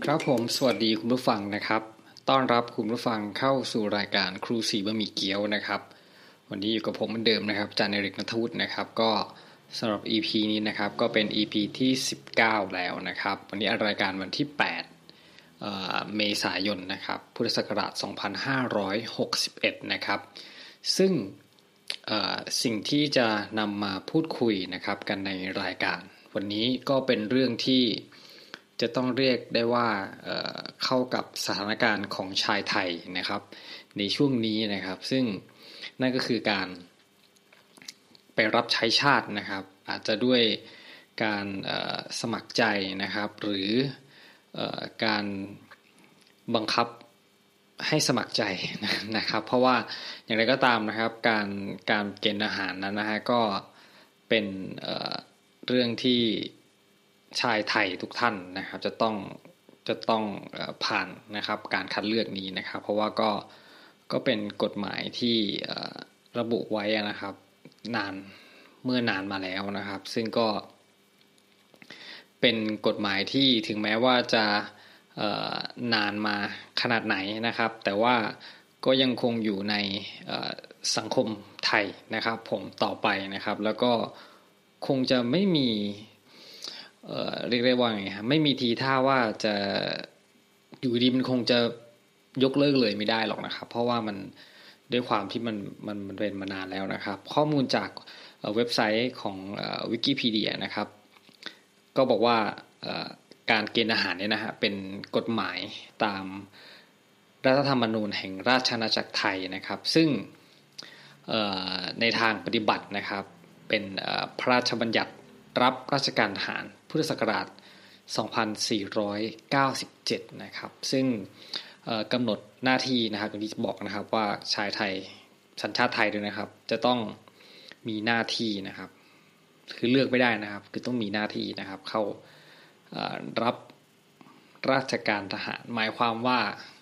ครับผมสวัสดีคุณผู้ฟังนะครับต้อนรับคุณผู้ฟังเข้าสู่รายการครูสีบะหมี่เกี๊ยวนะครับวันนี้อยู่กับผมเหมือนเดิมนะครับอาจารย์เอริกณัฐวุฒินะครับก็สำหรับ EP นี้นะครับก็เป็น EP ที่19แล้วนะครับวันนี้รายการวันที่8เมษายนนะครับพุทธศักราช2561นะครับซึ่งสิ่งที่จะนำมาพูดคุยนะครับกันในรายการวันนี้ก็เป็นเรื่องที่จะต้องเรียกได้ว่าเข้ากับสถานการณ์ของชายไทยนะครับในช่วงนี้นะครับซึ่งนั่นก็คือการไปรับใช้ชาตินะครับอาจจะด้วยการสมัครใจนะครับหรือการบังคับให้สมัครใจนะครับเพราะว่าอย่างไรก็ตามนะครับการเกณฑ์อาหารนั้นนะฮะก็เป็นเรื่องที่ชายไทยทุกท่านนะครับจะต้องผ่านนะครับการคัดเลือกนี้นะครับเพราะว่าก็เป็นกฎหมายที่ระบุไว้นะครับเมื่อนานมาแล้วนะครับซึ่งก็เป็นกฎหมายที่ถึงแม้ว่าจะนานมาขนาดไหนนะครับแต่ว่าก็ยังคงอยู่ในสังคมไทยนะครับผมต่อไปนะครับแล้วก็คงจะไม่มีเรียกได้ว่าไงครับไม่มีทีท่าว่าจะอยู่ดีมันคงจะยกเลิกเลยไม่ได้หรอกนะครับเพราะว่ามันด้วยความที่มันเป็นมานานแล้วนะครับข้อมูลจากเว็บไซต์ของวิกิพีเดียนะครับก็บอกว่าการเกณฑ์อาหารเนี่ยนะฮะเป็นกฎหมายตามรัฐธรรมนูญแห่งราชอาณาจักรไทยนะครับซึ่งในทางปฏิบัตินะครับเป็นพระราชบัญญัติรับราชการทหารพุทธศักราช2497นะครับซึ่งกำหนดหน้าที่นะครับอย่างที่บอกนะครับว่าชายไทยสัญชาติไทยด้วยนะครับจะต้องมีหน้าที่นะครับคือเลือกไม่ได้นะครับคือต้องมีหน้าที่นะครับเข้ารับราชการทหารหมายความว่า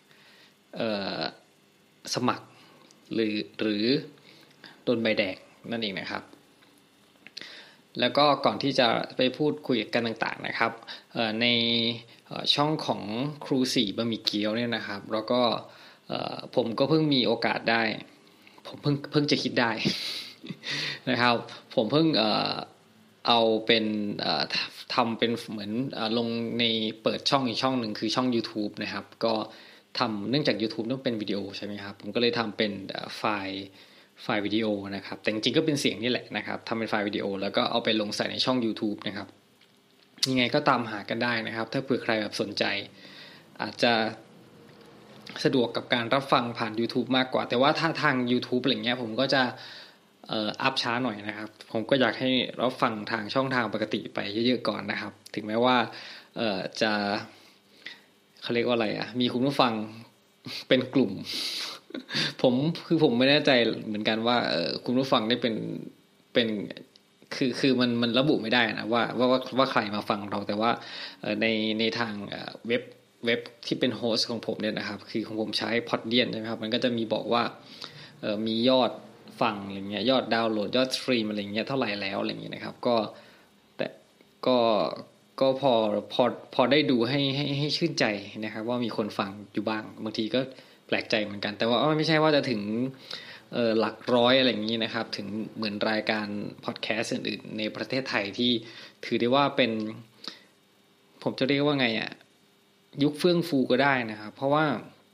สมัครหรือโดนใบแดงนั่นเองนะครับแล้วก็ก่อนที่จะไปพูดคุยกันต่างๆนะครับในช่องของครูสี่บะหมี่เกี๊ยวเนี่ยนะครับแล้วก็ผมก็เพิ่งมีโอกาสได้ผมเพิ่งจะคิดได้ นะครับผมเพิ่งเอาเป็นทำเป็นเหมือนลงในเปิดช่องอีกช่องหนึ่งคือช่อง YouTube นะครับก็ทำเนื่องจาก YouTube ต้องเป็นวิดีโอใช่ไหมครับผมก็เลยทำเป็นไฟล์วิดีโอนะครับแต่จริงๆก็เป็นเสียงนี่แหละนะครับทำเป็นไฟล์วิดีโอแล้วก็เอาไปลงใส่ในช่อง YouTube นะครับยังไงก็ตามหากันได้นะครับถ้าเผื่อใครแบบสนใจอาจจะสะดวกกับการรับฟังผ่าน YouTube มากกว่าแต่ว่าถ้าทาง YouTube อะไรเงี้ยผมก็จะอัพช้าหน่อยนะครับผมก็อยากให้รับฟังทางช่องทางปกติไปเยอะๆก่อนนะครับถึงแม้ว่าจะเขาเรียกว่าอะไรมีคุณผู้ฟังเป็นกลุ่มผมไม่แน่ใจเหมือนกันว่าคุณผู้ฟังได้เป็นคือมันระบุไม่ได้นะว่าใครมาฟังเราแต่ว่าในทางเว็บที่เป็นโฮสต์ของผมเนี่ยนะครับคือของผมใช้ Podium ใช่ไหมครับมันก็จะมีบอกว่ามียอดฟังอะไรเงี้ยยอดดาวน์โหลดยอดสตรีมอะไรเงี้ยเท่าไหร่แล้วอะไรเงี้ยนะครับก็พอได้ดูให้ชื่นใจนะครับว่ามีคนฟังอยู่บ้างบางทีก็แปลกใจเหมือนกันแต่ว่าไม่ใช่ว่าจะถึงหลักร้อยอะไรอย่างนี้นะครับถึงเหมือนรายการพอดแคสต์อื่นๆในประเทศไทยที่ถือได้ว่าเป็นผมจะเรียกว่าไงยุคเฟื่องฟูก็ได้นะครับเพราะว่า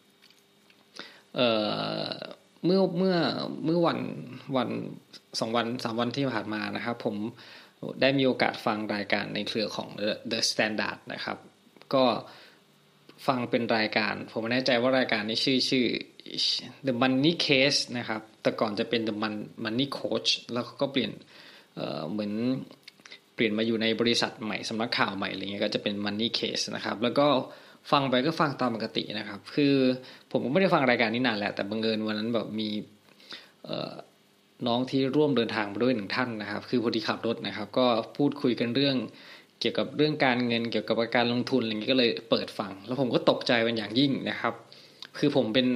เมื่อวัน2 วัน 3 วันที่ผ่านมานะครับผมได้มีโอกาสฟังรายการในเครือของ The Standard นะครับก็ฟังเป็นรายการผมไม่แน่ใจว่ารายการนี้ชื่อ The Money Case นะครับแต่ก่อนจะเป็น The Money Coach แล้วก็เปลี่ยนเหมือนเปลี่ยนมาอยู่ในบริษัทใหม่สำนักข่าวใหม่อะไรเงี้ยก็จะเป็น Money Case นะครับแล้วก็ฟังไปก็ฟังตามปกตินะครับคือผมก็ไม่ได้ฟังรายการนี้นานแล้วแต่บังเอิญวันนั้นแบบมีน้องที่ร่วมเดินทางมาด้วย1ท่านนะครับคือพอดีขับรถนะครับก็พูดคุยกันเรื่องเกี่ยวกับเรื่องการเงินเกี่ยวกับการลงทุนอะไรอย่างนี้ก็เลยเปิดฟังแล้วผมก็ตกใจเป็นอย่างยิ่งนะครับคือผมเป็น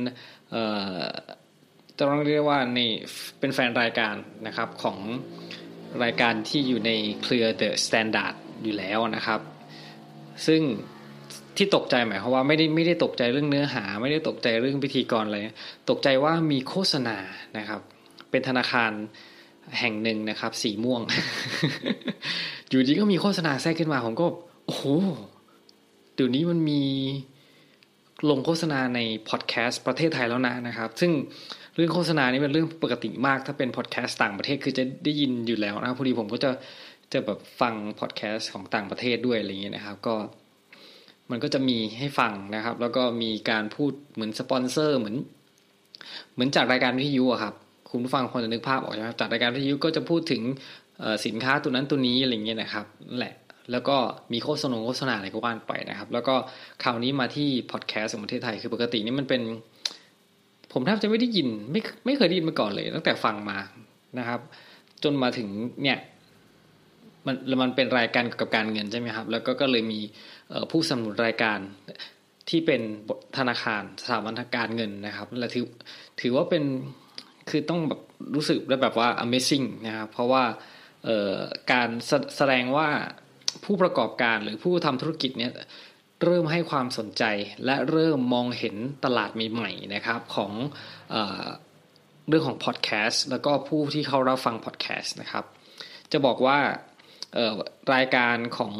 จะต้องเรียกว่าเป็นแฟนรายการนะครับของรายการที่อยู่ในเครือ The Standard อยู่แล้วนะครับซึ่งที่ตกใจหมายความว่าไม่ได้ตกใจเรื่องเนื้อหาไม่ได้ตกใจเรื่องพิธีกรอะไรตกใจว่ามีโฆษณานะครับเป็นธนาคารแห่งหนึ่งนะครับสีม่วง อยู่ดีก็มีโฆษณาแทรกขึ้นมาผมก็โอ้โหเดี๋ยวนี้มันมีลงโฆษณาในพอดแคสต์ประเทศไทยแล้วนะครับซึ่งเรื่องโฆษณานี่เป็นเรื่องปกติมากถ้าเป็นพอดแคสต์ต่างประเทศคือจะได้ยินอยู่แล้วนะครับพอดีผมก็จะแบบฟังพอดแคสต์ของต่างประเทศด้วยอะไรอย่างเงี้ยนะครับก็มันก็จะมีให้ฟังนะครับแล้วก็มีการพูดเหมือนสปอนเซอร์เหมือนจากรายการวิทยุอะครับคุณผู้ฟังคนจะนึกภาพออกใช่ไหมจากรายการวิทยุก็จะพูดถึงสินค้าตัวนั้นตัวนี้อะไรเงี้ยนะครับนั่นแหละแล้วก็มีโฆษณาอะไรก็ว่าไปนะครับแล้วก็คราวนี้มาที่พอดแคสต์ของประเทศไทยคือปกตินี่มันเป็นผมแทบจะไม่ได้ยินไม่เคยได้ยินมาก่อนเลยตั้งแต่ฟังมานะครับจนมาถึงเนี่ยมันเป็นรายการเกี่ยวกับการเงินใช่ไหมครับแล้วก็เลยมีผู้สนับสนุนรายการที่เป็นธนาคารสถาบันทางการเงินนะครับและถือว่าเป็นคือต้องแบบรู้สึกได้แบบว่า amazing นะครับเพราะว่าการแสดงว่าผู้ประกอบการหรือผู้ทำธุรกิจเนี่ยเริ่มให้ความสนใจและเริ่มมองเห็นตลาดใหม่ๆนะครับของเรื่องของพอดแคสต์แล้วก็ผู้ที่เขารับฟังพอดแคสต์นะครับจะบอกว่ารายการของ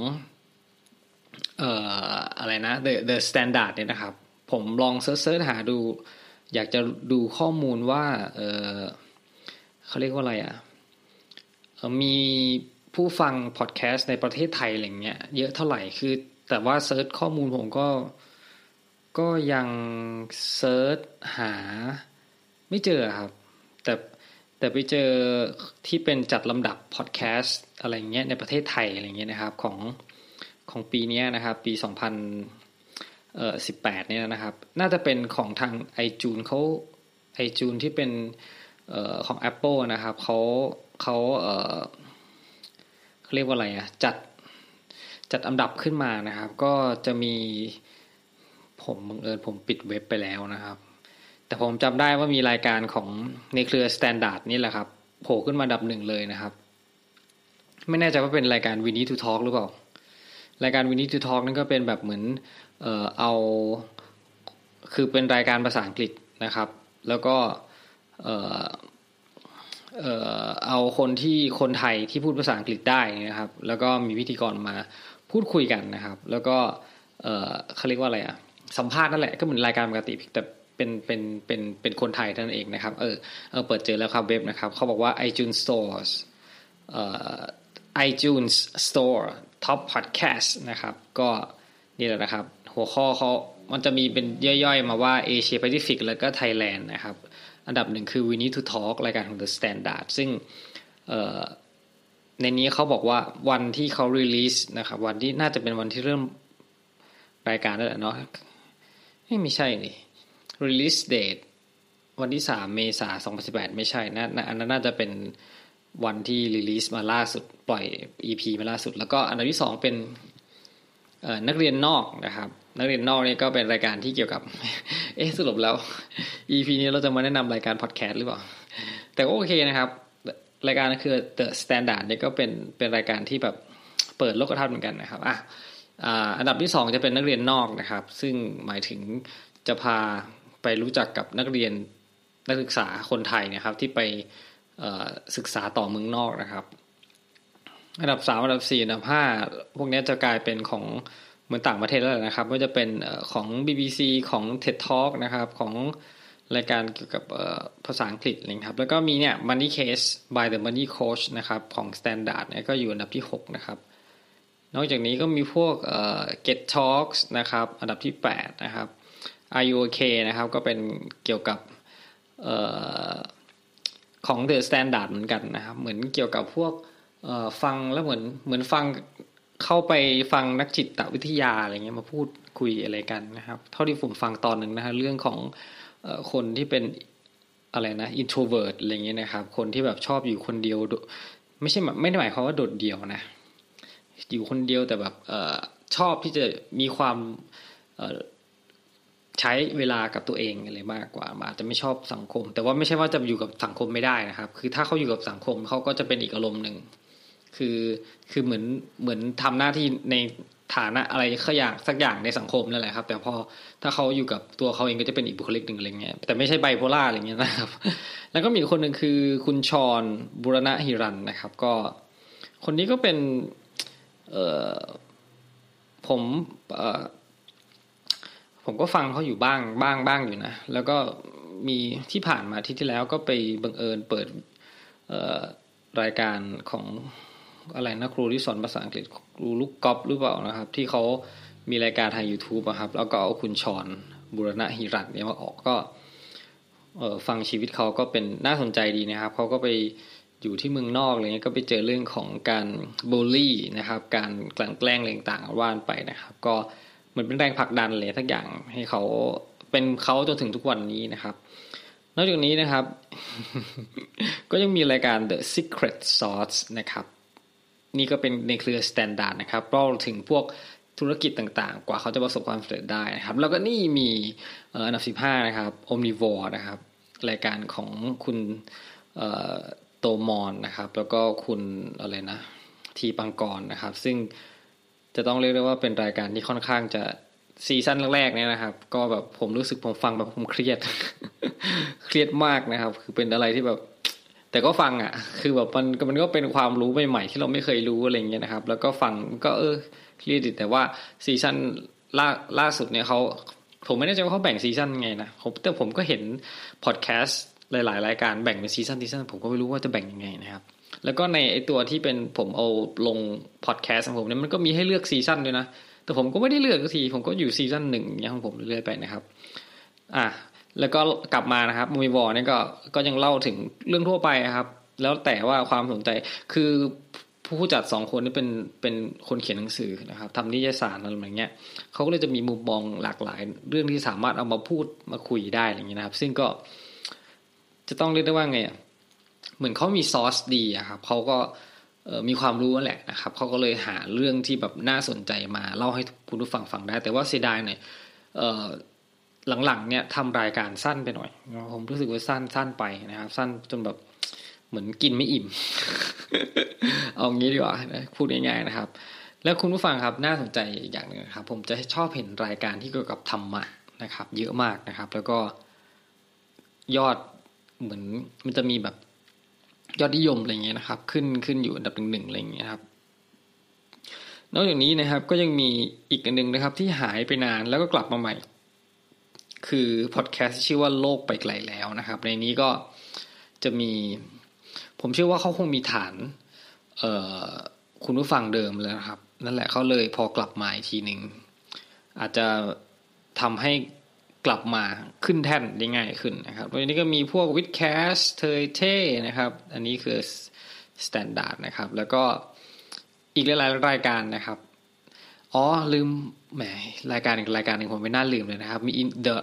อะไรนะ The Standard เนี่ยนะครับผมลองเซิร์ชหาดูอยากจะดูข้อมูลว่าเขาเรียกว่าอะไรมีผู้ฟังพอดแคสต์ในประเทศไทยอะไรเงี้ยเยอะเท่าไหร่คือแต่ว่าเซิร์ชข้อมูลผมก็ยังเซิร์ชหาไม่เจอครับแต่ไปเจอที่เป็นจัดลำดับพอดแคสต์อะไรเงี้ยในประเทศไทยอะไรเงี้ยนะครับของปีนี้นะครับปี2018เนี่ยนะครับน่าจะเป็นของทาง iTunes เขา iTunes ที่เป็นของ Apple นะครับเขาเรียกว่าอะไรจัดอันดับขึ้นมานะครับก็จะมีผมบังเอิญผมปิดเว็บไปแล้วนะครับแต่ผมจำได้ว่ามีรายการของในเครือ Standard นี่แหละครับโผล่ขึ้นมาอันดับ1เลยนะครับไม่แน่ใจว่าเป็นรายการ We Need to Talk หรือเปล่ารายการ We Need to Talk นั่นก็เป็นแบบเหมือนเอาคือเป็นรายการภาษาอังกฤษนะครับแล้วก็เอาคนไทยที่พูดภาษาอังกฤษได้นะครับแล้วก็มีพิธีกรมาพูดคุยกันนะครับแล้วก็เขาเรียกว่าอะไรสัมภาษณ์นั่นแหละก็เหมือนรายการปกติแต่เป็นคนไทยนั่นเองนะครับเปิดเจอแล้วครับเว็บนะครับเขาบอกว่า iTunes Stores iTunes Store Top Podcast นะครับก็นี่แหละนะครับหัวข้อเขามันจะมีเป็นย่อยๆมาว่า Asia Pacific แล้วก็ Thailand นะครับอันดับ1คือ We Need to Talk รายการของ The Standard ซึ่งในนี้เขาบอกว่าวันที่เขา release นะครับวันที่น่าจะเป็นวันที่เริ่มรายการนั่นแหละเนาะไม่ใช่นี่ release date วันที่3เมษายน2018ไม่ใช่นะอันนั้นน่าจะเป็นวันที่ release มาล่าสุดปล่อย EP มาล่าสุดแล้วก็อันดับที่2เป็นนักเรียนนอกนะครับนักเรียนนอกนี่ก็เป็นรายการที่เกี่ยวกับสรุปแล้ว EP นี้เราจะมาแนะนำรายการพอดแคสต์หรือเปล่าแต่ก็โอเคนะครับรายการคือ The Standard นี่ก็เป็นรายการที่แบบเปิดโลกทัศน์เหมือนกันนะครับอันดับที่2จะเป็นนักเรียนนอกนะครับซึ่งหมายถึงจะพาไปรู้จักกับนักศึกษาคนไทยนะครับที่ไปศึกษาต่อเมืองนอกนะครับอันดับ3อันดับ4อันดับ5พวกนี้จะกลายเป็นของเหมือนต่างประเทศแล้วนะครับก็จะเป็นของ BBC ของ TED Talk นะครับของรายการเกี่ยวกับภาษาอังกฤษนะครับแล้วก็มีเนี่ย Money Case by the Money Coach นะครับของ Standard เนี่ยก็อยู่อันดับที่6นะครับนอกจากนี้ก็มีพวกGet Talks นะครับอันดับที่8นะครับ Are You Okay นะครับก็เป็นเกี่ยวกับของ The Standard เหมือนกันนะครับเหมือนเกี่ยวกับพวกฟังแล้วเหมือนฟังเข้าไปฟังนักจิตวิทยาอะไรเงี้ยมาพูดคุยอะไรกันนะครับเท่าที่ผมฟังตอนนึงนะฮะเรื่องของคนที่เป็นอะไรนะ introvert อะไรเงี้ยนะครับคนที่แบบชอบอยู่คนเดียวไม่ได้หมายความว่าโดดเดี่ยวนะอยู่คนเดียวแต่แบบชอบที่จะมีความใช้เวลากับตัวเองอะไรมากกว่าอาจจะไม่ชอบสังคมแต่ว่าไม่ใช่ว่าจะอยู่กับสังคมไม่ได้นะครับคือถ้าเขาอยู่กับสังคมเขาก็จะเป็นอีกอารมณ์นึงคือเหมือนทำหน้าที่ในฐานะอะไรสักอย่างในสังคมนั่นแหละครับแต่พอถ้าเขาอยู่กับตัวเขาเองก็จะเป็นอีกบุคลิกหนึ่งอะไรเงี้ยแต่ไม่ใช่ไบโพล่าอะไรเงี้ยนะครับแล้วก็มีคนหนึ่งคือคุณชรบุรณะหิรันนะครับก็คนนี้ก็เป็นผมผมก็ฟังเขาอยู่บ้างอยู่นะแล้วก็มีที่ผ่านมาที่แล้วก็ไปบังเอิญเปิดรายการของอะไรนะครูที่สอนภาษาอังกฤษครูลูกก๊อฟหรือเปล่านะครับที่เขามีรายการทาง YouTube อะครับแล้วก็เอาคุณชรบุรณะหิรันเนี่ยมาออกก็ฟังชีวิตเขาก็เป็นน่าสนใจดีนะครับเขาก็ไปอยู่ที่เมืองนอกอะไรเงี้ยก็ไปเจอเรื่องของการบูลลี่นะครับการกลั่นแกล้งอะไรต่างๆว่านไปนะครับก็เหมือนเป็นแรงผลักดันเลยทุกอย่างให้เขาเป็นเขาจนถึงทุกวันนี้นะครับนอกจากนี้นะครับ ก็ยังมีรายการ The Secret Sauce นะครับนี่ก็เป็นในเครือ Standard นะครับเล่าถึงพวกธุรกิจต่างๆกว่าเขาจะประสบความสำเร็จได้นะครับแล้วก็นี่มีอันดับ15นะครับ Omnivore นะครับรายการของคุณโตมอนนะครับแล้วก็คุณอะไรนะทีปังกรนะครับซึ่งจะต้องเรียกได้ว่าเป็นรายการที่ค่อนข้างจะซีซั่นแรกๆเนี่ยนะครับก็แบบผมรู้สึกผมฟังแบบผมเครียด เครียดมากนะครับคือเป็นอะไรที่แบบแต่ก็ฟังอ่ะคือแบบมันก็เป็นความรู้ใหม่ๆที่เราไม่เคยรู้อะไรเงี้ยนะครับแล้วก็ฟังก็เครียดแต่ว่าซีซั่นล่าสุดเนี่ยผมไม่แน่ใจว่าเขาแบ่งซีซั่นไงนะแต่ผมก็เห็นพอดแคสต์หลายๆรายการแบ่งเป็นซีซั่นผมก็ไม่รู้ว่าจะแบ่งยังไงนะครับแล้วก็ในไอตัวที่เป็นผมเอาลงพอดแคสต์ของผมเนี่ยมันก็มีให้เลือกซีซั่นด้วยนะแต่ผมก็ไม่ได้เลือกสักทีผมก็อยู่ซีซั่น1อย่างของผมเรื่อยๆไปนะครับแล้วก็กลับมานะครับมูวี่วอร์เนี่ยก็ยังเล่าถึงเรื่องทั่วไปครับแล้วแต่ว่าความสนใจคือผู้จัด2คนนี่เป็นคนเขียนหนังสือนะครับทำนิยายสารอะไรอย่างเงี้ยเขาก็เลยจะมีมุมมองหลากหลายเรื่องที่สามารถเอามาพูดมาคุยได้อะไรอย่างเงี้ยนะครับซึ่งก็จะต้องเรียกได้ว่าไงเหมือนเขามีซอสดีอะครับเขาก็มีความรู้นั่นแหละนะครับเขาก็เลยหาเรื่องที่แบบน่าสนใจมาเล่าให้คุณผู้ฟังได้แต่ว่าเสียดายหน่อยหลังๆเนี่ยทำรายการสั้นไปหน่อยผมรู้สึกว่าสั้นไปนะครับสั้นจนแบบเหมือนกินไม่อิ่ม เอางี้ดีกว่าพูดง่ายๆนะครับแล้วคุณผู้ฟังครับน่าสนใจอีกอย่างนึงครับผมจะชอบเห็นรายการที่เกี่ยวกับธรรมะนะครับเยอะมากนะครับแล้วก็ยอดเหมือนมันจะมีแบบยอดนิยมอะไรเงี้ยนะครับขึ้นอยู่อันดับ1อะไรเงี้ยครับนอกจากนี้นะครับก็ยังมีอีกอันนึงนะครับที่หายไปนานแล้วก็กลับมาใหม่คือพอดแคสต์ชื่อว่าโลกไปไกลแล้วนะครับในนี้ก็จะมีผมเชื่อว่าเขาคงมีฐานคุณผู้ฟังเดิมแล้วนะครับนั่นแหละเขาเลยพอกลับมาอีกทีนึงอาจจะทำให้กลับมาขึ้นแท่นได้ง่ายขึ้นนะครับวันนี้ก็มีพวกวิดแคสเทยเท่นะครับอันนี้คือสแตนดาร์ดนะครับแล้วก็อีกหลายๆรายการนะครับลืมแหมรายการอีกรายการนึงผมไม่น่าลืมเลยนะครับมี The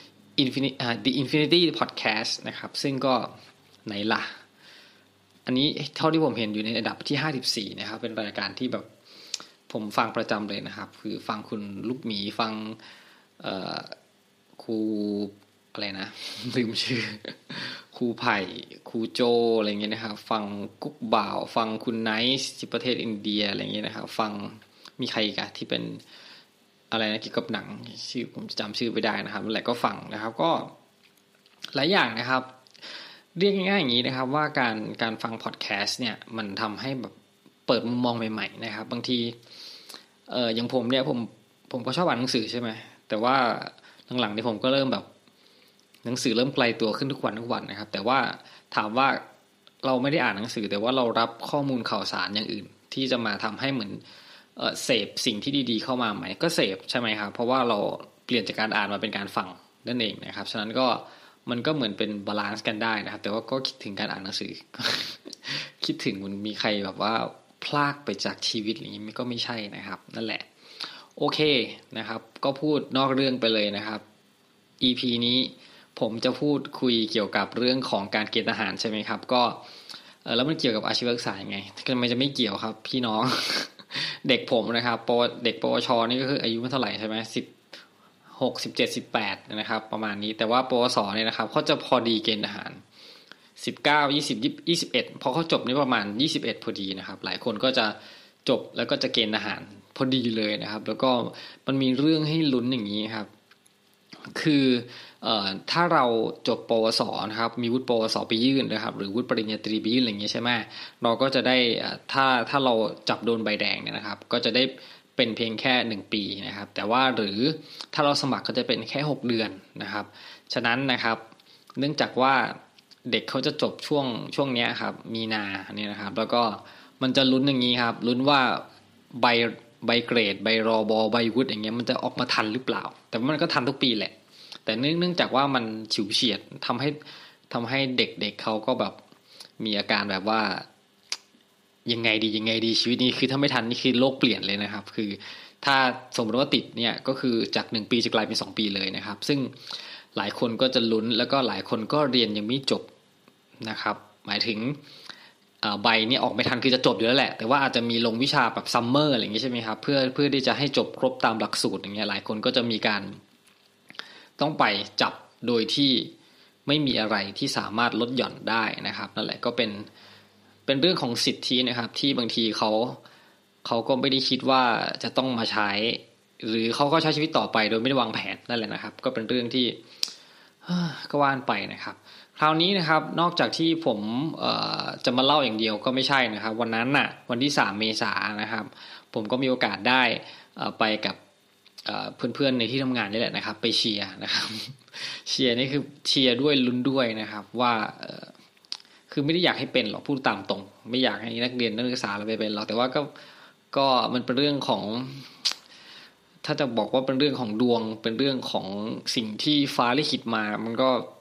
Infinity Podcast นะครับซึ่งก็ไหนล่ะอันนี้เท่าที่ผมเห็นอยู่ในอันดับที่54นะครับเป็นรายการที่แบบผมฟังประจำเลยนะครับคือฟังคุณลูกหมีฟังครูอะไรนะลืมชื่อครูไผ่ครูโจอะไรเงี้ยนะครับฟังกุ๊กบ่าวฟังคุณไนท์ที่ประเทศอินเดียอะไรเงี้ยนะครับฟังมีใครอีกที่เป็นอะไรนะเกี่ยวกับหนังชื่อผมจำชื่อไม่ได้นะครับนั่นแหละก็ฟังนะครับก็หลายอย่างนะครับเรียกง่ายๆอย่างนี้นะครับว่าการฟังพอดแคสต์เนี่ยมันทำให้แบบเปิดมุมมองใหม่ๆนะครับบางทีอย่างผมเนี่ยผมก็ชอบอ่านหนังสือใช่ไหมแต่ว่าหลังๆนี่ผมก็เริ่มแบบหนังสือเริ่มไกลตัวขึ้นทุกวันนะครับแต่ว่าถามว่าเราไม่ได้อ่านหนังสือแต่ว่าเรารับข้อมูลข่าวสารอย่างอื่นที่จะมาทำให้เหมือนเสพสิ่งที่ดีๆเข้ามาใหม่ก็เสพใช่ไหมครับเพราะว่าเราเปลี่ยนจากการอ่านมาเป็นการฟังนั่นเองนะครับฉะนั้นก็มันก็เหมือนเป็นบาลานซ์กันได้นะครับแต่ว่าก็คิดถึงการอ่านหนังสือ คิดถึงมันมีใครแบบว่าพลากไปจากชีวิตอย่างนี้ก็ไม่ใช่นะครับนั่นแหละโอเคนะครับก็พูดนอกเรื่องไปเลยนะครับ EP นี้ผมจะพูดคุยเกี่ยวกับเรื่องของการเกณฑ์ทหารใช่ไหมครับก็แล้วมันเกี่ยวกับอาชีวศึกษายังไงทำไมจะไม่เกี่ยวครับพี่น้อง เด็กผมนะครับเด็กปวชนี่ก็คืออายุมันเท่าไหร่ใช่ไหม16 17 18นะครับประมาณนี้แต่ว่าปวสเนี่ยนะครับเขาจะพอดีเกณฑ์ทหาร19 20 21พอเขาจบนี่ประมาณ21พอดีนะครับหลายคนก็จะจบแล้วก็จะเกณฑ์ทหารพอดีเลยนะครับแล้วก็มันมีเรื่องให้ลุ้นอย่างนี้ครับคือถ้าเราจบปวสนะครับมีวุฒิปวสไปยื่นนะครับหรือวุฒิปริญญาตรีไปยื่นอะไรอย่างเงี้ยใช่ไหมเราก็จะได้ถ้าเราจับโดนใบแดงเนี่ยนะครับก็จะได้เป็นเพียงแค่1ปีนะครับแต่ว่าหรือถ้าเราสมัครก็จะเป็นแค่6เดือนนะครับฉะนั้นนะครับเนื่องจากว่าเด็กเขาจะจบช่วงนี้ครับมีนาเนี่ยนะครับแล้วก็มันจะลุ้นอย่างนี้ครับลุ้นว่าใบใบเกรดใบรอบอใบวุฒิอย่างเงี้ยมันจะออกมาทันหรือเปล่าแต่มันก็ทันทุกปีแหละแต่เนื่องจากว่ามันฉิวเฉียดทำให้เด็กเขาก็แบบมีอาการแบบว่ายังไงดีชีวิตนี้คือถ้าไม่ทันนี่คือโลกเปลี่ยนเลยนะครับคือถ้าสมมติว่าติดเนี่ยก็คือจาก1ปีจะกลายเป็น2ปีเลยนะครับซึ่งหลายคนก็จะลุ้นแล้วก็หลายคนก็เรียนยังไม่จบนะครับหมายถึงใบนี่ออกไม่ทันคือจะจบอยู่แล้วแหละแต่ว่าอาจจะมีลงวิชาแบบซัมเมอร์อะไรอย่างงี้ใช่ไหมครับเพื่อที่จะให้จบครบตามหลักสูตรอย่างเงี้ยหลายคนก็จะมีการต้องไปจับโดยที่ไม่มีอะไรที่สามารถลดหย่อนได้นะครับนั่นแหละก็เป็นเรื่องของสิทธินะครับที่บางทีเขาก็ไม่ได้คิดว่าจะต้องมาใช้หรือเขาก็ใช้ชีวิตต่อไปโดยไม่ได้วางแผนนั่นแหละนะครับก็เป็นเรื่องที่ก็ว่านไปนะครับคราวนี้นะครับนอกจากที่ผมจะมาเล่าอย่างเดียวก็ไม่ใช่นะครับวันนั้นน่ะวันที่3 เมษายนนะครับผมก็มีโอกาสได้ไปกับเพื่อนๆในที่ทำงานนี่แหละนะครับไปเชียร์นะครับเชียร์นี่คือเชียร์ด้วยลุ้นด้วยนะครับว่าคือไม่ได้อยากให้เป็นหรอกพูดตามตรงไม่อยากให้นักเรียนนักศึกษาเราไปเป็นหรอกแต่ว่าก็มันเป็นเรื่องของถ้าจะบอกว่าเป็นเรื่องของดวงเป็นเรื่องของสิ่งที่ฟ้าลิขิตมามัน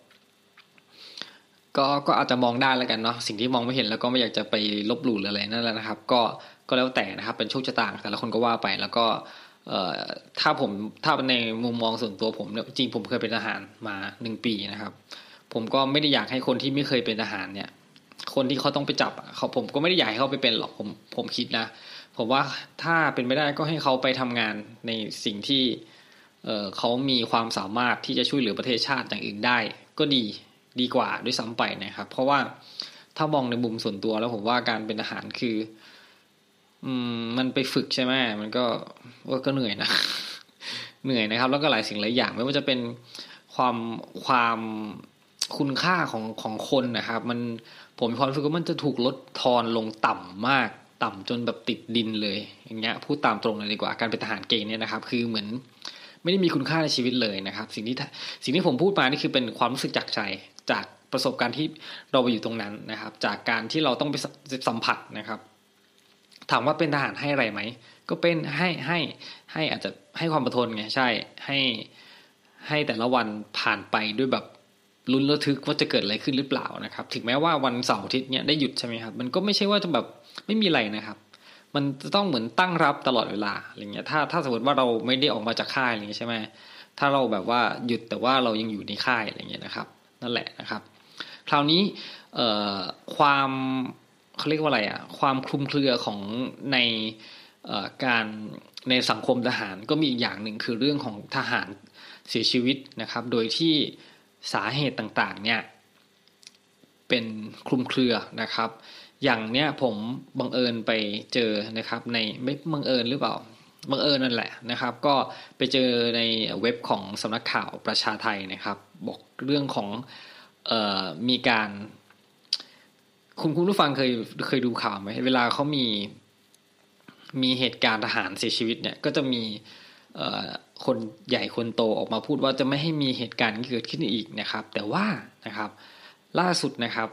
ก็อาจจะมองได้แล้วกันเนาะสิ่งที่มองไม่เห็นแล้วก็ไม่อยากจะไปลบหลู่อะไรนั่นแหละนะครับก็แล้วแต่นะครับเป็นโชคชะตาแต่ละคนก็ว่าไปแล้วก็ถ้าในมุมมองส่วนตัวผมเนี่ยจริงผมเคยเป็นทหารมา1 ปีนะครับผมก็ไม่ได้อยากให้คนที่ไม่เคยเป็นทหารเนี่ยคนที่เขาต้องไปจับผมก็ไม่ได้อยากให้เขาไปเป็นหรอกผมคิดนะผมว่าถ้าเป็นไม่ได้ก็ให้เขาไปทำงานในสิ่งที่เขามีความสามารถที่จะช่วยเหลือประเทศชาติอย่างอื่นได้ก็ดีกว่าด้วยซ้ำไปนะครับเพราะว่าถ้ามองในมุมส่วนตัวแล้วผมว่าการเป็นทหารคือมันไปฝึกใช่ไหมมันก็เหนื่อยนะ เหนื่อยนะครับแล้วก็หลายสิ่งหลายอย่างไม่ว่าจะเป็นความคุณค่าของคนนะครับผมมีความรู้สึกว่ามันจะถูกลดทอนลงต่ำมากต่ำจนแบบติดดินเลยอย่างเงี้ยพูดตามตรงเลยดีกว่าการเป็นทหารเกณฑ์เนี่ยนะครับคือเหมือนไม่ได้มีคุณค่าในชีวิตเลยนะครับสิ่งที่ผมพูดมานี่คือเป็นความรู้สึกจากใจจากประสบการณ์ที่เราไปอยู่ตรงนั้นนะครับจากการที่เราต้องไปสัมผัสนะครับถามว่าเป็นทหารให้อะไรไหมก็เป็นให้อาจจะให้ความอดทนไงใช่ให้แต่ละวันผ่านไปด้วยแบบลุ้นระทึกว่าจะเกิดอะไรขึ้นหรือเปล่านะครับถึงแม้ว่าวันเสาร์อาทิตย์เนี้ยได้หยุดใช่ไหมครับมันก็ไม่ใช่ว่าจะแบบไม่มีอะไรนะครับมันจะต้องเหมือนตั้งรับตลอดเวลาอะไรเงี้ยถ้าสมมติว่าเราไม่ได้ออกมาจากค่ายอะไรเงี้ยใช่ไหมถ้าเราแบบว่าหยุดแต่ว่าเรายังอยู่ในค่ายอะไรเงี้ยนะครับนั่นแหละนะครับคราวนี้ความเขาเรียกว่าอะไรอ่ะความคลุมเครือของในการในสังคมทหารก็มีอีกอย่างหนึ่งคือเรื่องของทหารเสียชีวิตนะครับโดยที่สาเหตุต่างๆเนี่ยเป็นคลุมเครือนะครับอย่างเนี้ยผมบังเอิญไปเจอนะครับในไม่บังเอิญหรือเปล่าบังเอิญนั่นแหละนะครับก็ไปเจอในเว็บของสำนักข่าวประชาไทยนะครับบอกเรื่องของมีการคุณผู้ฟังเคยดูข่าวไหมเวลาเขามีเหตุการณ์ทหารเสียชีวิตเนี่ยก็จะมีคนใหญ่คนโตออกมาพูดว่าจะไม่ให้มีเหตุการณ์เกิดขึ้นอีกนะครับแต่ว่านะครับล่าสุดนะครับ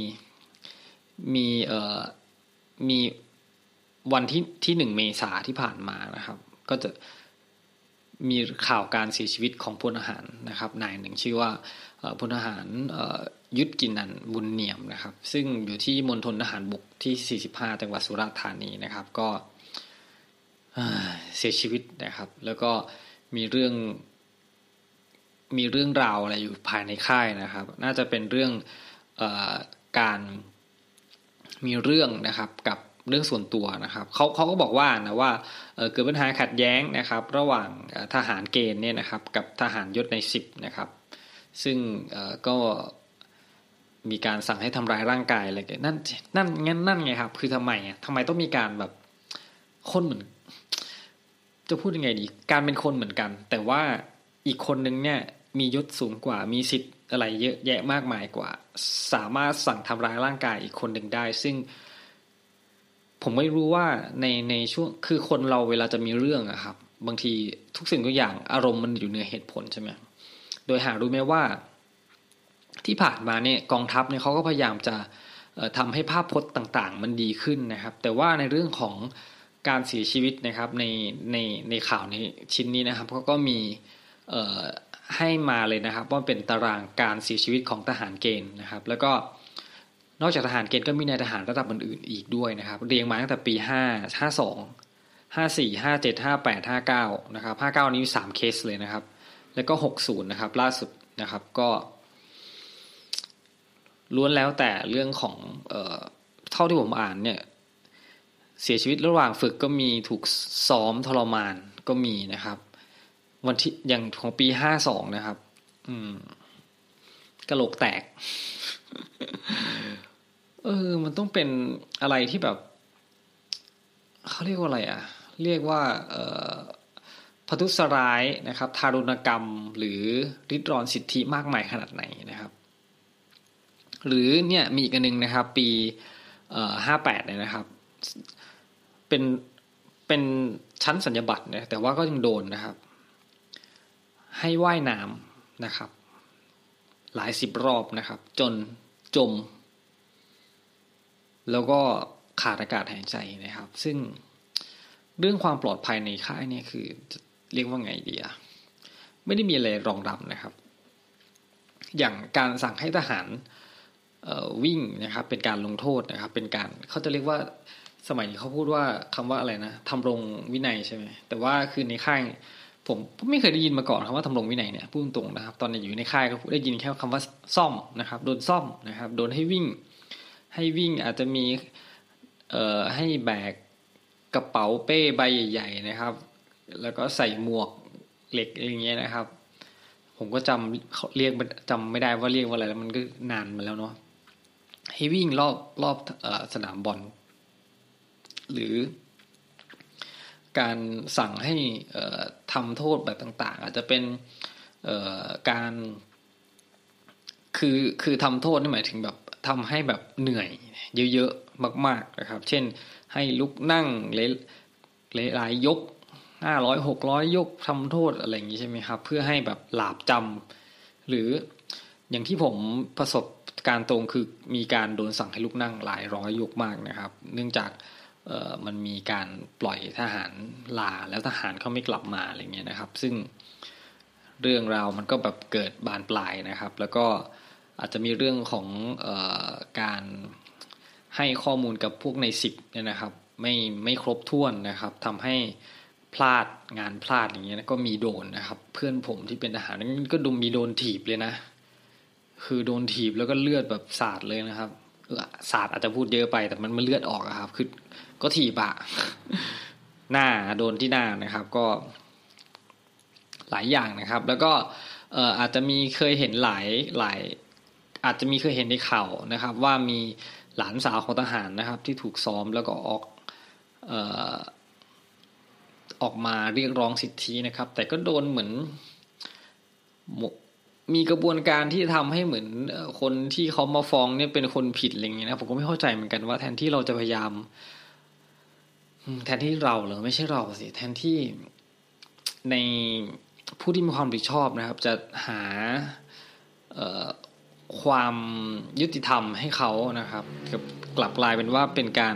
มีวันที่1 เมษายนที่ผ่านมานะครับก็จะมีข่าวการเสียชีวิตของพลทหารนะครับนายหนึ่งชื่อว่าพลทหารยุทธกินันท์บุญเนียมนะครับซึ่งอยู่ที่มณฑลทหารบกที่45จังหวัดสุราษฎร์ธานีนะครับก็เสียชีวิตนะครับแล้วก็มีเรื่องราวอะไรอยู่ภายในค่ายนะครับน่าจะเป็นเรื่องการมีเรื่องนะครับกับเรื่องส่วนตัวนะครับเขาก็บอกว่านะว่าเกิดปัญหาขัดแย้งนะครับระหว่างทหารเกณฑ์เนี่ยนะครับกับทหารยศใน10นะครับซึ่งก็มีการสั่งให้ทำร้ายร่างกายอะไรกันนั่นไงครับคือทำไมต้องมีการแบบคนเหมือนจะพูดยังไงดีการเป็นคนเหมือนกันแต่ว่าอีกคนนึงเนี่ยมียศสูงกว่ามีสิทธิ์อะไรเยอะแยะมากมายกว่าสามารถสั่งทำร้ายร่างกายอีกคนหนึ่งได้ซึ่งผมไม่รู้ว่าในช่วงคือคนเราเวลาจะมีเรื่องอะครับบางทีทุกสิ่งทุกอย่างอารมณ์มันอยู่เหนือเหตุผลใช่ไหมโดยหารู้ไหมว่าที่ผ่านมาเนี่ยกองทัพเนี่ยเขาก็พยายามจะทำให้ภาพพจน์ต่างๆมันดีขึ้นนะครับแต่ว่าในเรื่องของการเสียชีวิตนะครับในข่าวนี้ชิ้นนี้นะครับเขาก็มีให้มาเลยนะครับว่าเป็นตารางการเสียชีวิตของทหารเกณฑ์นะครับแล้วก็นอกจากทหารเกณฑ์ก็มีนายทหารระดับอื่นๆอีกด้วยนะครับเรียงมาตั้งแต่ปี52 54 57 58 59นะครับ59นี้มี3เคสเลยนะครับแล้วก็60นะครับล่าสุดนะครับก็ล้วนแล้วแต่เรื่องของเท่าที่ผมอ่านเนี่ยเสียชีวิตระหว่างฝึกก็มีถูกซ้อมทรมานก็มีนะครับวันที่อย่างของปี52นะครับกะโหลกแตกมันต้องเป็นอะไรที่แบบเขาเรียกว่าอะไรอ่ะเรียกว่าพทุษร้ายนะครับทารุณกรรมหรือริดรอนสิทธิมากมายขนาดไหนนะครับหรือเนี่ยมีอีกอันนึงนะครับปี58เนี่ยนะครับเป็นชั้นสัญญาบัตรเนี่ยแต่ว่าก็ยังโดนนะครับให้ว่ายน้ำนะครับหลาย10รอบนะครับจนจมแล้วก็ขาดอากาศหายใจนะครับซึ่งเรื่องความปลอดภัยในค่ายเนี่ยคือจะเรียกว่าไงดีอะไม่ได้มีอะไรรองรับนะครับอย่างการสั่งให้ทหารวิ่งนะครับเป็นการลงโทษนะครับเป็นการเขาจะเรียกว่าสมัยนี้เขาพูดว่าคำว่าอะไรนะทำรงวินัยใช่ไหมแต่ว่าคือในค่ายผมไม่เคยได้ยินมาก่อนคำว่าทำรงวินัยเนี่ยพูดตรงๆนะครับตอนอยู่ในค่ายก็ได้ยินแค่คำว่าซ่อมนะครับโดนซ่อมนะครับโดนให้วิ่งอาจจะมีให้แบกกระเป๋าเป้ใบใหญ่ๆนะครับแล้วก็ใส่หมวกเหล็กอย่างเงี้ยนะครับผมก็จำไม่ได้ว่าเรียกว่าอะไรแล้วมันก็นานมาแล้วเนาะให้วิ่งรอบสนามบอลหรือการสั่งให้ทำโทษแบบต่างๆอาจจะเป็นการคือทำโทษนี่หมายถึงแบบทำให้แบบเหนื่อยเยอะๆมากๆนะครับเช่นให้ลุกนั่งหลายยก500 600ยกทำโทษอะไรอย่างนี้ใช่ไหมครับเพื่อให้แบบหลาบจำหรืออย่างที่ผมประสบการณ์ตรงคือมีการโดนสั่งให้ลุกนั่งหลายร้อยยกมากนะครับเนื่องจากมันมีการปล่อยทหารลาแล้วทหารเขาไม่กลับมาอะไรเงี้ยนะครับซึ่งเรื่องราวมันก็แบบเกิดบานปลายนะครับแล้วก็อาจจะมีเรื่องของการให้ข้อมูลกับพวกใน10เนี่ยนะครับไม่ครบถ้วนนะครับทำให้พลาดงานพลาดอย่างเงี้ยก็มีโดนนะครับเพื่อนผมที่เป็นทหารก็มีโดนถีบเลยนะคือโดนถีบแล้วก็เลือดแบบสาดเลยนะครับสาดอาจจะพูดเยอะไปแต่มันเลือดออกครับคือก็ถีบอะหน้าโดนที่หน้านะครับก็หลายอย่างนะครับแล้วก็อาจจะมีเคยเห็นหลายอาจจะมีเคยเห็นในข่าวนะครับว่ามีหลานสาวของทหารนะครับที่ถูกซ้อมแล้วก็ออกมาเรียกร้องสิทธินะครับแต่ก็โดนเหมือนมีกระบวนการที่ทำให้เหมือนคนที่เขามาฟ้องเนี่ยเป็นคนผิดอะไรเงี้ยนะผมก็ไม่เข้าใจเหมือนกันว่าแทนที่เราจะพยายามแทนที่เราเหรอไม่ใช่เราสิแทนที่ในผู้ที่มีความรับผิดชอบนะครับจะหาความยุติธรรมให้เขานะครับกลับกลายเป็นว่าเป็นการ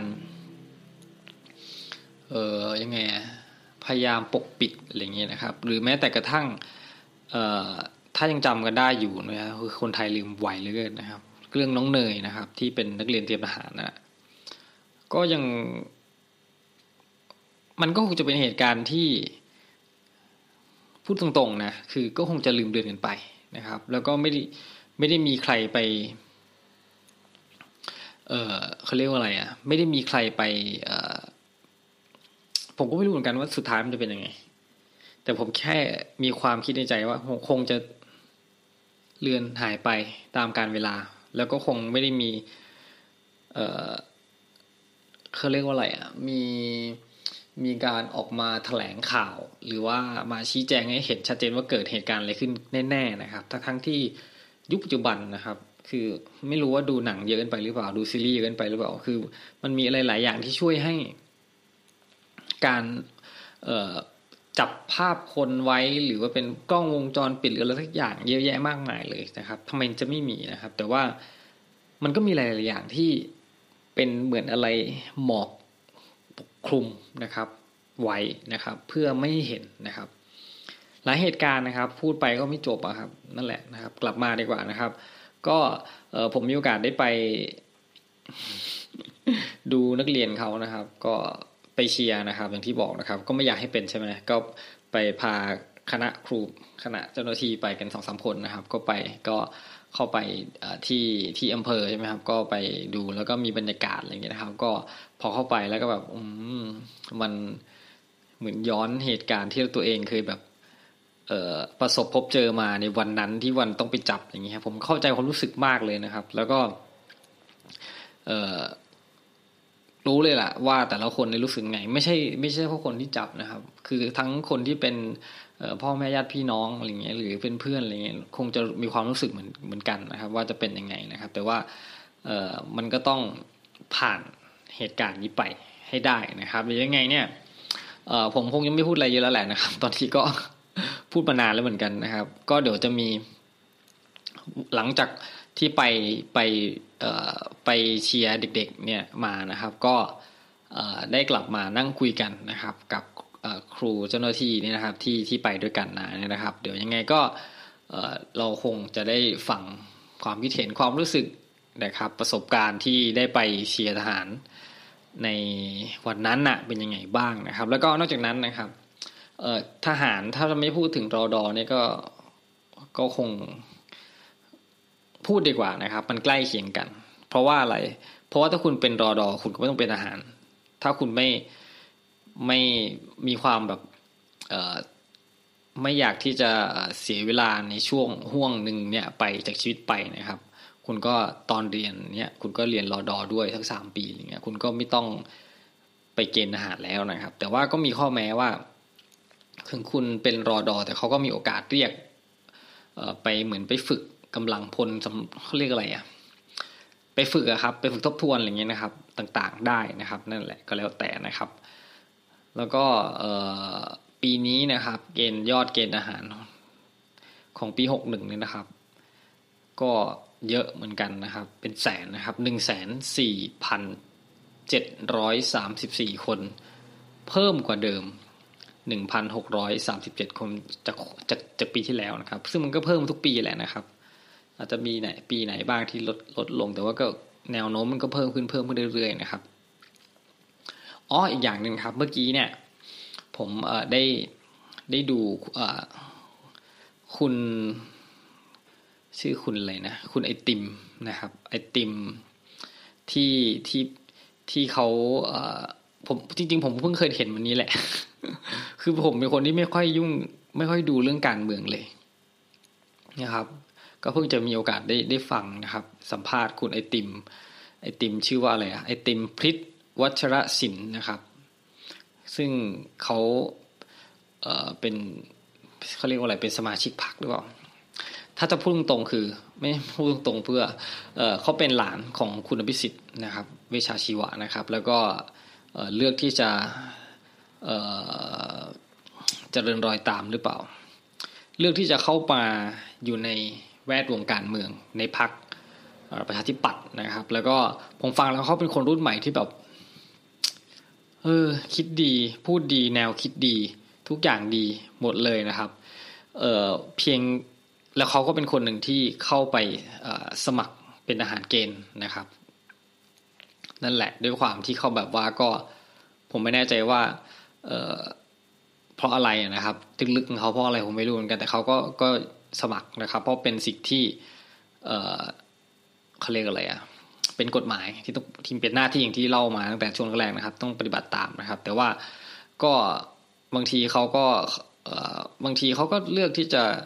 ยังไงพยายามปกปิดอะไรเงี้ยนะครับหรือแม้แต่กระทั่งถ้ายังจำกันได้อยู่นะครับคือคนไทยลืมไวเหลือเกินนะครับเรื่องน้องเนยนะครับที่เป็นนักเรียนเตรียมทหารนะก็ยังมันก็คงจะเป็นเหตุการณ์ที่พูดตรงๆนะคือก็คงจะลืมเลือนกันไปนะครับแล้วก็ไม่ได้มีใครไปเขาเรียกว่าอะไรอ่ะไม่ได้มีใครไปผมก็ไม่รู้เหมือนกันว่าสุดท้ายมันจะเป็นยังไงแต่ผมแค่มีความคิดในใจว่าคงจะเลือนหายไปตามกาลเวลาแล้วก็คงไม่ได้มีเขาเรียกว่าอะไรอ่ะมีมีการออกมาแถลงข่าวหรือว่ามาชี้แจงให้เห็นชัดเจนว่าเกิดเหตุการณ์อะไรขึ้นแน่ๆนะครับทั้งที่ยุคปัจจุบันนะครับคือไม่รู้ว่าดูหนังเยอะเกินไปหรือเปล่าดูซีรีส์เยอะเกินไปหรือเปล่าคือมันมีอะไรหลายอย่างที่ช่วยให้การจับภาพคนไว้หรือว่าเป็นกล้องวงจรปิดหรืออะไรสักอย่างเยอะแยะมากมายเลยนะครับทำไมจะไม่มีนะครับแต่ว่ามันก็มีหลายๆอย่างที่เป็นเหมือนอะไรหมอกปกคลุมนะครับไว้นะครับเพื่อไม่เห็นนะครับหลายเหตุการณ์นะครับพูดไปก็ไม่จบอะครับนั่นแหละนะครับกลับมาดีกว่านะครับก็ผมมีโอกาสได้ไปดูนักเรียนเขานะครับก็ไปเชียร์นะครับอย่างที่บอกนะครับก็ไม่อยากให้เป็นใช่ไหมก็ไปพาคณะครูคณะเจ้าหน้าที่ไปกัน 2-3 คนนะครับก็ไปก็เข้าไปที่อำเภอใช่ไหมครับก็ไปดูแล้วก็มีบรรยากาศอะไรอย่างเงี้ยนะครับก็พอเข้าไปแล้วก็แบบมันเหมือนย้อนเหตุการณ์ที่ตัวเองเคยแบบประสบพบเจอมาในวันนั้นที่วันต้องไปจับอย่างเงี้ยผมเข้าใจความรู้สึกมากเลยนะครับแล้วก็รู้เลยล่ะว่าแต่ละคนรู้สึกไงไม่ใช่เพราะคนที่จับนะครับคือทั้งคนที่เป็นพ่อแม่ญาติพี่น้องอะไรเงี้ยหรือเป็นเพื่อนอะไรเงี้ยคงจะมีความรู้สึกเหมือนกันนะครับว่าจะเป็นยังไงนะครับแต่ว่ามันก็ต้องผ่านเหตุการณ์นี้ไปให้ได้นะครับหรือยังไงเนี่ยผมคงยังไม่พูดอะไรเยอะแล้วแหละนะครับตอนที่ก็ พูดมานานแล้วเหมือนกันนะครับก็เดี๋ยวจะมีหลังจากที่ไปเชียร์เด็กๆเนี่ยมานะครับก็ได้กลับมานั่งคุยกันนะครับกับครูเจ้าหน้าที่นี่นะครับที่ไปด้วยกันนะครับเดี๋ยวยังไงก็เราคงจะได้ฟังความคิดเห็นความรู้สึกนะครับประสบการณ์ที่ได้ไปเชียร์ทหารในวันนั้นน่ะเป็นยังไงบ้างนะครับแล้วก็นอกจากนั้นนะครับทหารถ้าเราไม่พูดถึงรอดอเนี่ยก็คงพูดดีกว่านะครับมันใกล้เคียงกันเพราะว่าอะไรเพราะว่าถ้าคุณเป็นรอดอคุณก็ไม่ต้องเป็นทหารถ้าคุณไม่มีความแบบไม่อยากที่จะเสียเวลาในช่วงห่วงหนึ่งเนี่ยไปจากชีวิตไปนะครับคุณก็ตอนเรียนเนี่ยคุณก็เรียนรอดอด้วยทั้ง3 ปีอย่างเงี้ยคุณก็ไม่ต้องไปเกณฑ์ทหารแล้วนะครับแต่ว่าก็มีข้อแม้ว่าถึงคุณเป็นรอดอแต่เขาก็มีโอกาสเรียกไปเหมือนไปฝึกกำลังพลเขาเรียกอะไรไปฝึกครับไปฝึกทบทวนอะไรเงี้ยนะครับต่างๆได้นะครับนั่นแหละก็แล้วแต่นะครับแล้วก็ปีนี้นะครับยอดเกณฑ์ทหารของปี61เนี่ยนะครับก็เยอะเหมือนกันนะครับเป็นแสนนะครับ 104,734 คนเพิ่มกว่าเดิม 1,637 คนจากปีที่แล้วนะครับซึ่งมันก็เพิ่มทุกปีแหละนะครับอาจจะมีปีไหนบ้างที่ลดลงแต่ว่าก็แนวโน้มมันก็เพิ่มขึ้นเรื่อยๆนะครับอีกอย่างหนึ่งครับเมื่อกี้เนี่ยผมได้ดูคุณชื่อคุณอะไรนะคุณไอติมนะครับไอติมที่เขาผมจริงๆผมเพิ่งเคยเห็นวันนี้แหละ คือผมเป็นคนที่ไม่ค่อยดูเรื่องการเมืองเลยนะครับก็เพิ่งจะมีโอกาสได้ฟังนะครับสัมภาษณ์คุณไอติมชื่อว่าอะไรไอติมพริตวัชรศิลป์นะครับซึ่งเขาเป็นเขาเรียกว่าอะไรเป็นสมาชิกพรรคหรือเปล่าถ้าจะพูดตรงๆคือไม่พูดตรงๆเพื่อเขาเป็นหลานของคุณอภิสิทธิ์นะครับเวชชาชีวะนะครับแล้วก็เลือกที่จะเจริญรอยตามหรือเปล่าเลือกที่จะเข้ามาอยู่ในแวดวงการเมืองในพรรคประชาธิปัตย์นะครับแล้วก็ผมฟังแล้วเขาเป็นคนรุ่นใหม่ที่แบบคิดดีพูดดีแนวคิดดีทุกอย่างดีหมดเลยนะครับเพียงแล้วเขาก็เป็นคนหนึ่งที่เข้าไปสมัครเป็นทหารเกณฑ์นะครับนั่นแหละด้วยความที่เขาแบบว่าก็ผมไม่แน่ใจว่าเพราะอะไรนะครับลึกๆของเขาเพราะอะไรผมไม่รู้เหมือนกันแต่เขาก็สมัครนะครับเพราะเป็นสิ่งที่เขาเรียกอะไรเป็นกฎหมายที่ต้องทีมเป็นหน้าที่อย่างที่เล่ามาตั้งแต่ช่วงแรกนะครับต้องปฏิบัติตามนะครับแต่ว่าก็บางทีเขาก็เลือกที่จะ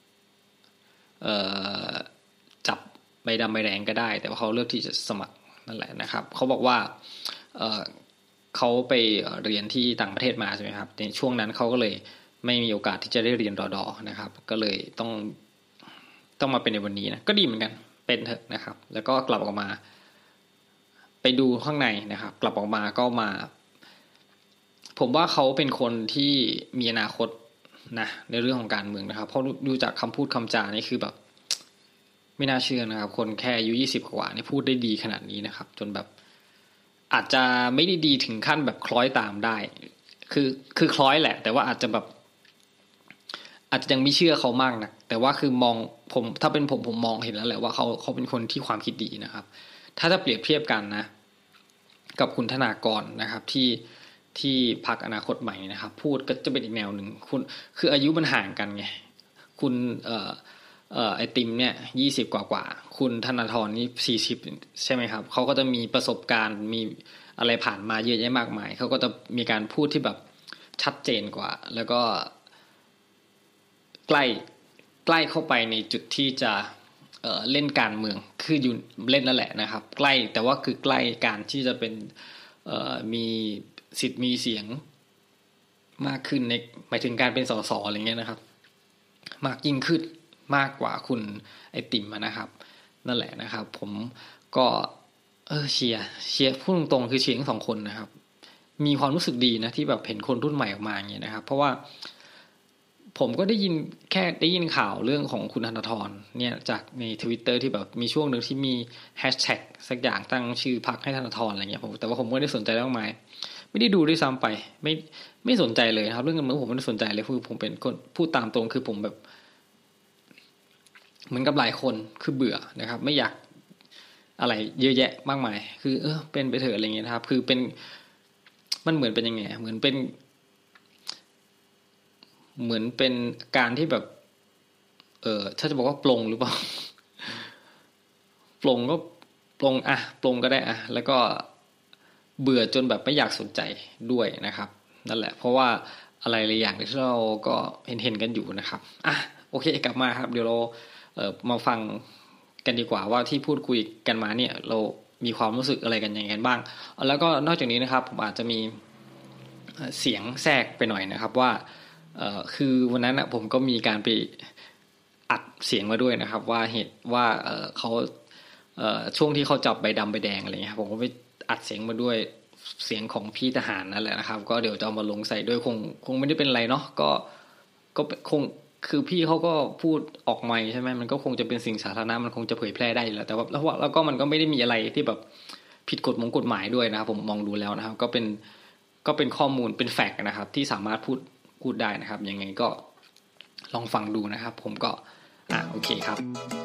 จับใบดำใบแดงก็ได้แต่ว่าเขาเลือกที่จะสมัครนั่นแหละนะครับเขาบอกว่าเขาไปเรียนที่ต่างประเทศมาใช่ไหมครับในช่วงนั้นเขาก็เลยไม่มีโอกาสที่จะได้เรียนรด.นะครับก็เลยต้องมาเป็นในวันนี้นะก็ดีเหมือนกันเป็นเถอะนะครับแล้วก็กลับออกมาไปดูข้างในนะครับกลับออกมาก็มาผมว่าเขาเป็นคนที่มีอนาคตนะในเรื่องของการเมืองนะครับเพราะดูจากคำพูดคำจานี่คือแบบไม่น่าเชื่อนะครับคนแค่อายุ20กว่านี่พูดได้ดีขนาดนี้นะครับจนแบบอาจจะไม่ได้ดีถึงขั้นแบบคล้อยตามได้คือคล้อยแหละแต่ว่าอาจจะแบบอาจจะยังไม่เชื่อเขามากนะแต่ว่าคือมองผมถ้าเป็นผมมองเห็นแล้วแหละว่าเขาเป็นคนที่ความคิดดีนะครับถ้าจะเปรียบเทียบกันนะกับคุณธนากรนะครับที่พรรคอนาคตใหม่นะครับพูดก็จะเป็นอีกแนวหนึ่งคุณคืออายุมันห่างกันไงคุณไอติมเนี่ย20กว่าคุณธนาธรนี่40ใช่ไหมครับเขาก็จะมีประสบการณ์มีอะไรผ่านมาเยอะแยะมากมายเขาก็จะมีการพูดที่แบบชัดเจนกว่าแล้วก็ใกล้เข้าไปในจุดที่จะเล่นการเมืองคืออยู่เล่นนั่นแหละนะครับใกล้แต่ว่าคือใกล้การที่จะเป็นมีสิทธิ์มีเสียงมากขึ้นในหมายถึงการเป็นสสอะไรเงี้ยนะครับมากยิ่งขึ้นมากกว่าคุณไอติมนะครับนั่นแหละนะครับผมก็เชียร์พูดตรงๆคือเชียร์ทั้งสองคนนะครับมีความรู้สึกดีนะที่แบบเห็นคนรุ่นใหม่ออกมาอย่างเงี้ยนะครับเพราะว่าผมก็ได้ยินข่าวเรื่องของคุณธนาธรเนี่ยจากใน Twitter ที่แบบมีช่วงนึงที่มีแฮชแท็กสักอย่างตั้งชื่อพรรคให้ธนาธรอะไรเงี้ยแต่ว่าผมไม่ได้สนใจมากมายไม่ได้ดูด้วยซ้ำไปไม่สนใจเลยครับเรื่องเงินผมไม่ได้สนใจเลยคือผมเป็นคนพูดตามตรงคือผมแบบเหมือนกับหลายคนคือเบื่อนะครับไม่อยากอะไรเยอะแยะมากมายคือเป็นไปเถอะอะไรเงี้ยนะครับคือเป็นมันเหมือนเป็นยังไงเหมือนเป็นการที่แบบถ้าจะบอกว่าปลงหรือเปล่าปลงก็ปลงปลงก็ได้แล้วก็เบื่อจนแบบไม่อยากสนใจด้วยนะครับนั่นแหละเพราะว่าอะไรหลายอย่างที่เราก็เห็นกันอยู่นะครับโอเคกลับมาครับเดี๋ยวเรามาฟังกันดีกว่าว่าที่พูดคุยกันมาเนี่ยเรามีความรู้สึกอะไรกันยังไงกันบ้างแล้วก็นอกจากนี้นะครับผมอาจจะมีเสียงแทรกไปหน่อยนะครับว่าคือวันนั้นผมก็มีการไปอัดเสียงมาด้วยนะครับว่าเหตุว่าเขาช่วงที่เขาจับใบดำใบแดงอะไรเงี้ยผมก็ไปอัดเสียงมาด้วยเสียงของพี่ทหารนั่นแหละนะครับก็เดี๋ยวจะเอามาลงใส่ด้วยคงไม่ได้เป็นไรเนาะก็คงคือพี่เขาก็พูดออกไมค์ใช่ไหมมันก็คงจะเป็นสิ่งสาธารณะมันคงจะเผยแพร่ได้อยู่แล้วแต่ว่าแล้วก็มันก็ไม่ได้มีอะไรที่แบบผิดกฎหมายด้วยนะครับผมมองดูแล้วนะครับก็เป็นข้อมูลเป็นแฟกต์นะครับที่สามารถพูดได้นะครับยังไงก็ลองฟังดูนะครับผมก็โอเคครับ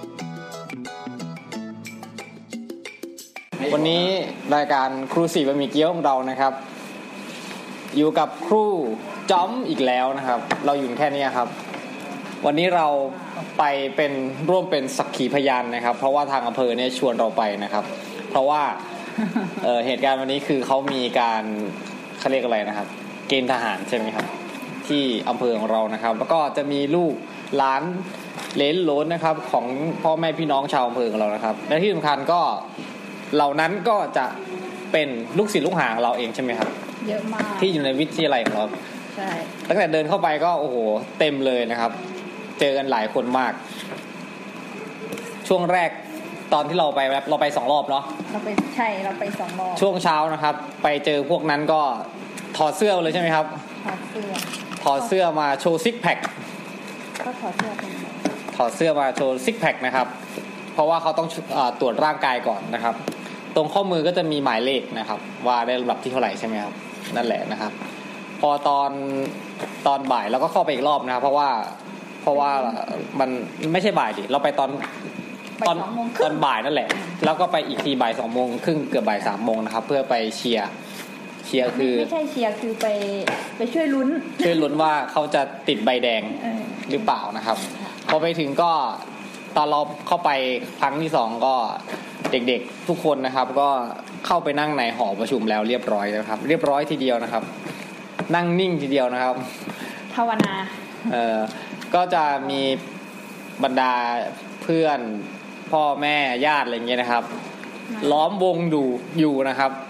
วันนี้รายการครูสี่บะหมี่เกี๊ยวของเรานะครับอยู่กับครูจ้อมอีกแล้วนะครับเราอยู่แค่นี้ครับวันนี้เราไปร่วมเป็นสักขีพยานนะครับเพราะว่าทางอำเภอเนี่ยชวนเราไปนะครับเพราะว่าเหตุการณ์วันนี้คือเขามีการเขาเรียกอะไรนะครับเกณฑ์ทหารใช่ไหมครับที่อำเภอของเรานะครับแล้วก็จะมีลูกหลานเหลนโหลนนะครับของพ่อแม่พี่น้องชาวอำเภอของเรานะครับและที่สำคัญก็เหล่านั้นก็จะเป็นลูกศิษย์ลูกหาของเราเองใช่ไหมครับเยอะมากที่อยู่ในวิทยาลัยของเราใช่ตั้งแต่เดินเข้าไปก็โอ้โหเต็มเลยนะครับเจอกันหลายคนมากช่วงแรกตอนที่เราไป2รอบเนาะเราไป2รอบช่วงเช้านะครับไปเจอพวกนั้นก็ถอดเสื้อเลยใช่ไหมครับถอดเสื้อมาโชว์ซิกแพคก็ถอดเสื้อมาโชว์ซิกแพคนะครับเพราะว่าเขาต้องตรวจร่างกายก่อนนะครับตรงข้อมือก็จะมีหมายเลขนะครับว่าได้ลำดับที่เท่าไหร่ใช่ไหมครับนั่นแหละนะครับพอตอนบ่ายเราก็เข้าไปอีกรอบนะครับเพราะว่ามันไม่ใช่บ่ายดิเราไปตอนบ่ายนั่นแหละแล้วก็ไปอีกทีบ่าย 2:30 นเกือบบ่าย 3:00 นนะครับเพื่อไปเชียร์คือไม่ใช่เชียร์คือไปช่วยลุ้นว่าเขาจะติดใบแดงหรือเปล่านะครับพอไปถึงก็ตอนเราเข้าไปครั้งที่2ก็เด็กๆทุกคนนะครับก็เข้าไปนั่งในหอประชุมแล้วเรียบร้อยแล้วครับเรียบร้อยทีเดียวนะครับนั่งนิ่งทีเดียวนะครับภาวนาก็จะมีบรรดาเพื่อนพ่อแม่ญาติอะไรเงี้ยนะครับล้อมวงดูอยู่นะครับ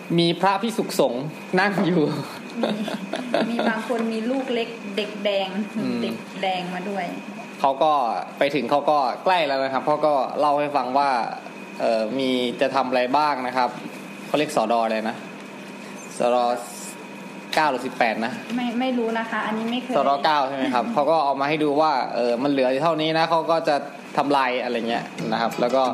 มีพระภิกษุสงฆ์นั่งอยู่มีบางคนมีลูกเล็กเด็กแดงมาด้วยเขาก็ไปถึงเขาก็ใกล้แล้วนะครับเขาก็เล่าให้ฟังว่ามีจะทำอะไรบ้างนะครับเขาเรียกสดอะไรนะสด9หรือ18นะไม่รู้นะคะอันนี้ไม่เคยสด9ใช่ไหมครับเขาก็เอามาให้ดูว่ามันเหลือเท่านี้นะเขาก็จะทำลายอะไรเงี้ยนะครับแล้วก็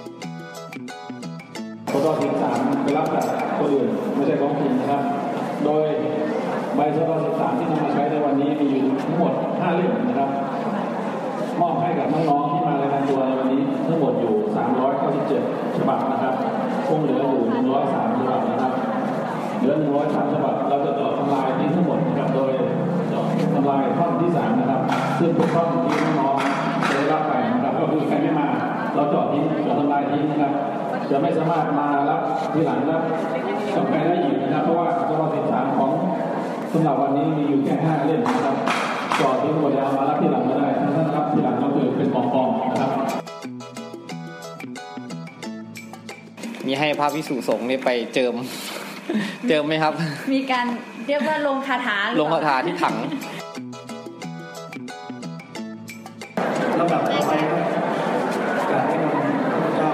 สด13ไปรับจากคนอื่นไม่ใช่ของจริงนะครับโดยใบสด13ที่นำมาใช้ในวันนี้มีอยู่ทั้งหมด5เล่มนะครับมอบให้กับน้องๆที่มารายงานตัวในวันนี้ทั้งหมดอยู่397ฉบับนะครับคงเหลืออยู่103ฉบับนะครับเหลือ103ฉบับเราจะทำลายทิ้งทั้งหมดนะครับโดยทำลายท่อนที่3นะครับซึ่งเป็นท่อนที่น้องๆได้รับไปนะครับก็คือใครไม่มาเราเจาะทิ้งจะทำลายทิ้งนะครับจะไม่สามารถมารับทีหลังรับกับใครได้อีกนะครับเพราะว่าสำหรับ13ของสำหรับวันนี้มีอยู่แค่5เล่มนะครับเจาะทิ้งหมดแล้วมารับทีหลังไม่ได้ถ้ารับทีหลังก็คือเป็นกองๆนะครับมีให้พระภิกษุสงฆ์นี่ไปเจิมไหมครับมีการเรียกว่าลงคาถาที่ถังลำดับต่อไปการให้พระเจ้า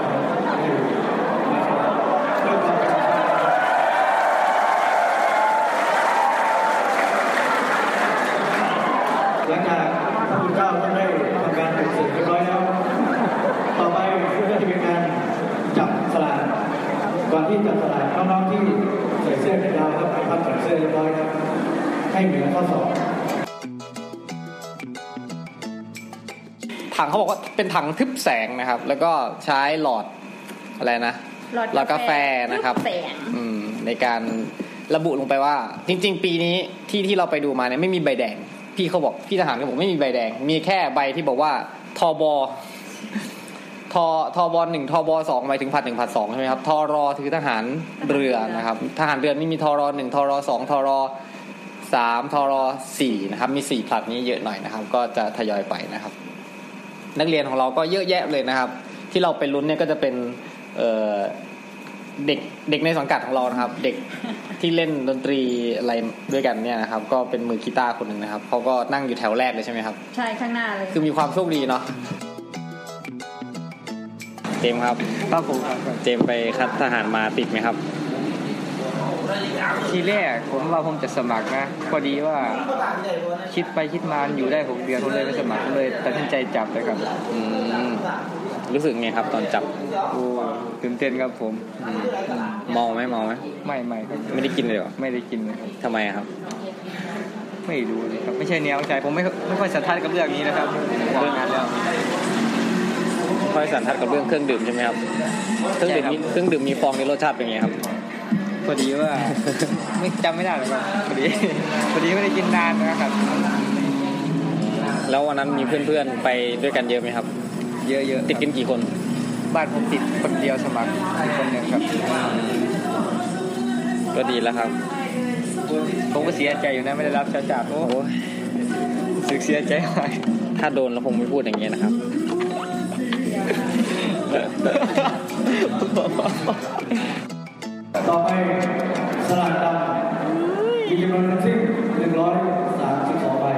หลังจากพระพุทธเจ้าได้ทำการปลุกเสกเรียบร้อยแล้วต่อไปก็จะเป็นการจับสลากก่อนที่จับสลากน้องๆที่ใส่เสื้อแขนยาวครับไปพับใส่เสื้อเรียบร้อยครับให้เหนือข้อศอกถังเขาบอกว่าเป็นถังทึบแสงนะครับแล้วก็ใช้หลอดอะไรนะหลอดกาแฟนะครับในการระบุลงไปว่าจริงๆปีนี้ที่เราไปดูมาเนี่ยไม่มีใบแดงพี่เขาบอกพี่ทหารเขาบอกไม่มีใบแดงมีแค่ใบที่บอกว่าทบ1ทบ2หมายถึงผลัด1ผลัด2ใช่ไหมครับทรคือทหารเรือนะครับทหารเรือนี่มีทร1ทร2ทร3ทร4นะครับมี4ผลัดนี้เยอะหน่อยนะครับก็จะทยอยไปนะครับนักเรียนของเราก็เยอะแยะเลยนะครับที่เราไปลุ้นเนี่ยก็จะเป็นเด็กในสังกัดของเรานะครับเด็กที่เล่นดนตรีอะไรด้วยกันเนี่ยนะครับก็เป็นมือกีตาร์คนหนึ่งนะครับเขาก็นั่งอยู่แถวแรกเลยใช่ไหมครับใช่ข้างหน้าเลยคือมีความโชคดีเนาะเจมครับผมเจมไปคัดทหารมาติดไหมครับทีแรกผมว่าผมจะสมัครนะพอดีว่าคิดไปคิดมาอยู่ได้6เดือนผมเลยไม่สมัครเลยตัดสินใจจับเลยครับรู้สึกไงครับตอนจับโอ้ตื่นเต้นครับผมมองไหมไม่ครับไม่ได้กินเลยเหรอไม่ได้กินเลยครับทำไมครับไม่รู้เลยครับไม่ใช่แนวใจผมไม่ค่อยสันทัดกับเรื่องนี้นะครับเรื่องนั้นแล้วค่อยสันทัดกับเรื่องเครื่องดื่มใช่ไหมครับเครื่องดื่มมีฟองนี่รสชาติเป็นไงครับพอดีว่าไม่จำไม่ได้หรอกครับพอดีไม่ได้กินนานนะครับแล้ววันนั้นมีเพื่อนๆไปด้วยกันเยอะไหมครับเยอะๆติดกันกี่คนบ้านผมติดคนเดียวสมัครคนนึงครับก็ดีแล้วครับผมก็เสียใจอยู่นะไม่ได้รับจากโอ้สึกเสียใจมากถ้าโดนแล้วคงไม่พูดอย่างเงี้ยนะครับต่อไปสลากดำมีจำนวนทั้งสิ้น132ใบ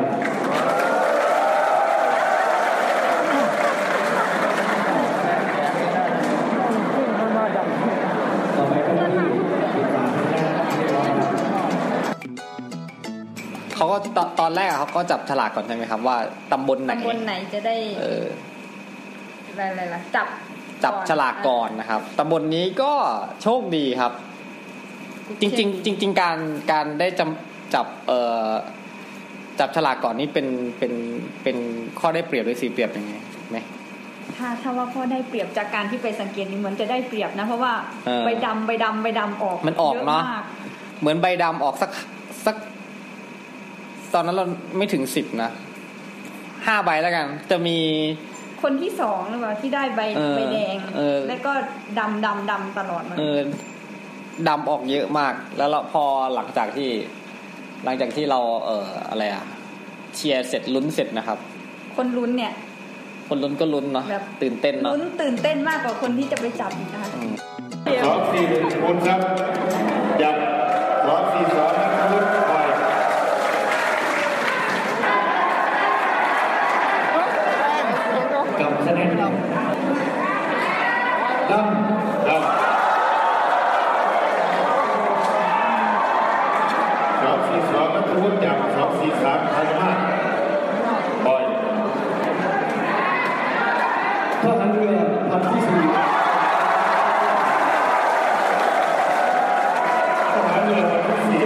ต่อไปก็ที่เขาก็ตอนแรกเขาก็จับฉลากก่อนใช่ไหมครับว่าตำบลไหนจะได้อะไรล่ะจับฉลากก่อนนะครับตำบลนี้ก็โชคดีครับจริงการได้จับฉลากก่อนนี่เป็นข้อได้เปรียบหรือเสียเปรียบยังไงไหมถ้าว่าข้อได้เปรียบจากการที่ไปสังเกตนี่เหมือนจะได้เปรียบนะเพราะว่าใบดำออกมันออกเนาะเหมือนใบดำออกสักตอนนั้นเราไม่ถึง10นะ5ใบแล้วกันจะมีคนที่2หรือเปล่าที่ได้ใบแดงแล้วก็ดำตลอดมาดำออกเยอะมากแล้วพอหลังจากที่เราอะไรเชียร์เสร็จลุ้นเสร็จนะครับคนลุ้นเนี่ยคนลุ้นก็ลุ้นเนาะตื่นเต้นเนาะลุ้นตื่นเต้นมากกว่าคนที่จะไปจับอีกนะคะ 2-4 คนครับจับ242นัทวุฒิปล่อยกับคะแนนดำ 242นัทวุฒิจับ243ธัญมาศปล่อยทหารเรือพันที่4 ทหารเรือพันที่4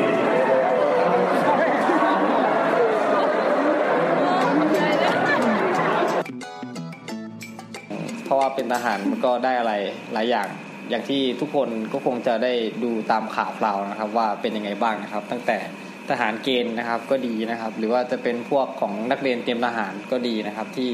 เพราะว่าเป็นทหารมันก็ได้อะไรหลายอย่างที่ทุกคนก็คงจะได้ดูตามข่าวคราวนะครับว่าเป็นยังไงบ้างนะครับตั้งแต่ทหารเกณฑ์นะครับก็ดีนะครับหรือว่าจะเป็นพวกของนักเรียนเตรียมทหารก็ดีนะครับที่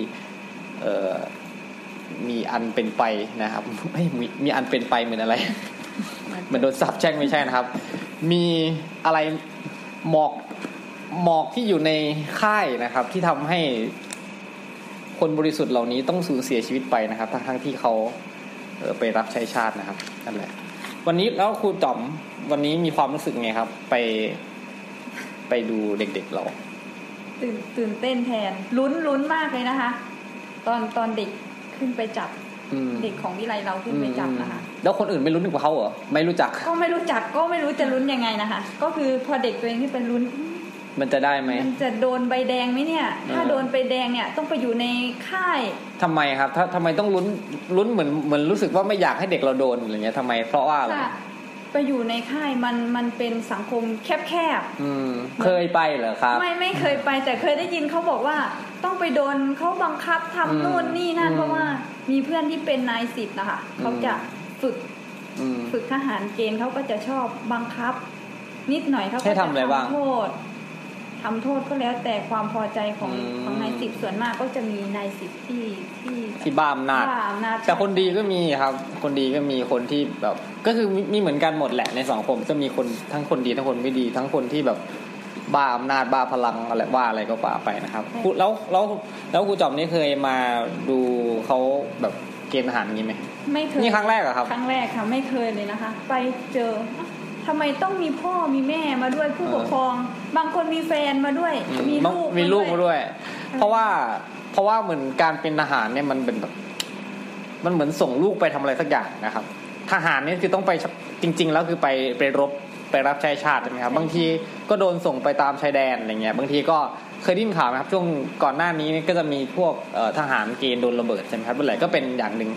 มีอันเป็นไปนะครับไม่มีอันเป็นไปเหมือนอะไรเหมือนโดนสาปแช่งไม่ใช่นะครับมีอะไรหมอกที่อยู่ในค่ายนะครับที่ทำให้คนบริสุทธิ์เหล่านี้ต้องสูญเสียชีวิตไปนะครับทั้งที่เขาไปรับใช้ชาตินะครับนั่นแหละวันนี้แล้วครูจ๋อมวันนี้มีความรู้สึกไงครับไปดูเด็กๆเราตื่นเต้นแทนลุ้นมากเลยนะคะตอนเด็กขึ้นไปจับเด็กของวิไลเราขึ้นไปจับนะคะแล้วคนอื่นไม่ลุ้นกว่าเขาเหรอไม่รู้จักก็ไม่รู้จักก็ไม่รู้จะลุ้นยังไงนะคะก็คือพอเด็กตัวเองขึ้นไปลุ้นมันจะได้ไหมมันจะโดนใบแดงไหมเนี่ยถ้าโดนใบแดงเนี่ยต้องไปอยู่ในค่ายทำไมครับทำไมต้องลุ้นเหมือนรู้สึกว่าไม่อยากให้เด็กเราโดนอะไรเงี้ยทำไมเพราะว่าอะไรไปอยู่ในค่ายมันเป็นสังคมแคบๆเคยไปเหรอครับไม่เคยไปแต่เคยได้ยินเขาบอกว่าต้องไปโดนเขาบังคับทำนู่นนี่นั่นเพราะว่ามีเพื่อนที่เป็นนายสิบนะคะเขาจะฝึกทหารเกณฑ์เขาก็จะชอบบังคับนิดหน่อยเขาก็จะทำโทษก็แล้วแต่ความพอใจของนายสิบส่วนมากก็จะมีนายสิบที่บ้าอำนาจแต่คนดีก็มีครับคนดีก็มีคนที่แบบก็คือมีเหมือนกันหมดแหละในสังคมจะมีคนทั้งคนดีทั้งคนไม่ดีทั้งคนที่แบบบ้าอำนาจบ้าพลังอะไรว่าอะไรก็ว่าไปนะครับแล้วครูจอมนี่เคยมาดูเขาแบบเกณฑ์ทหารงี้ไหมไม่เคยนี่ครั้งแรกเหรอครับครั้งแรกค่ะไม่เคยเลยนะคะไปเจอทำไมต้องมีพ่อมีแม่มาด้วยผู้ปกครองบางคนมีแฟนมาด้วยมีลูกมาด้วยเพราะว่าเหมือนการเป็นทหารเนี่ยมันเป็นแบบมันเหมือนส่งลูกไปทำอะไรสักอย่างนะครับทหารนี่คือต้องไปจริงๆแล้วคือไปรบไปรับใช้ชาติใช่ไหมครับบางทีก็โดนส่งไปตามชายแดนอะไรเงี้ยบางทีก็เคยได้ยินข่าวนะครับช่วงก่อนหน้านี้ก็จะมีพวกทหารเกณฑ์โดนระเบิดใช่ไหมครับเป็นไรก็เป็นอย่างหนึ่ง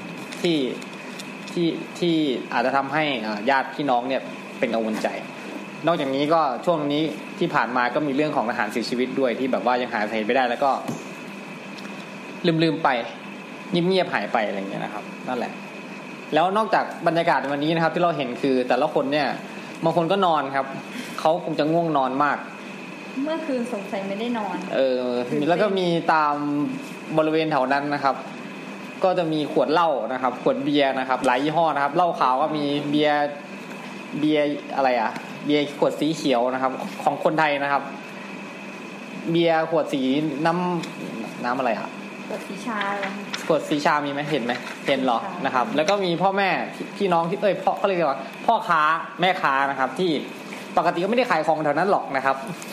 ที่อาจจะทำให้ญาติพี่น้องเนี่ยเป็นกังวลใจนอกจากนี้ก็ช่วงนี้ที่ผ่านมาก็มีเรื่องของทหารเสียชีวิตด้วยที่แบบว่ายังหาสาเหตุไม่ได้แล้วก็ลืมไปเงียบหายไปอะไรอย่างเงี้ยนะครับนั่นแหละแล้วนอกจากบรรยากาศวันนี้นะครับที่เราเห็นคือแต่ละคนเนี่ยบางคนก็นอนครับเขาคงจะง่วงนอนมากเมื่อคืนสงสัยไม่ได้นอนแล้วก็มีตามบริเวณแถวนั้นนะครับก็จะมีขวดเหล้านะครับขวดเบียร์นะครับหลายยี่ห้อนะครับเหล้าขาวก็มีเบียร์อะไรอ่ะเบียร์ขวดสีเขียวนะครับของคนไทยนะครับเบียร์ขวดสีน้ำอะไรอ่ะขวดสีชาขวดสีชามีไหมเห็นไหมเห็นหรอนะครับแล้วก็มีพ่อแม่พี่น้องที่พ่อก็เรียกว่าพ่อค้าแม่ค้านะครับที่ปกติก็ไม่ได้ขายของแถวนั้นหรอกนะครับ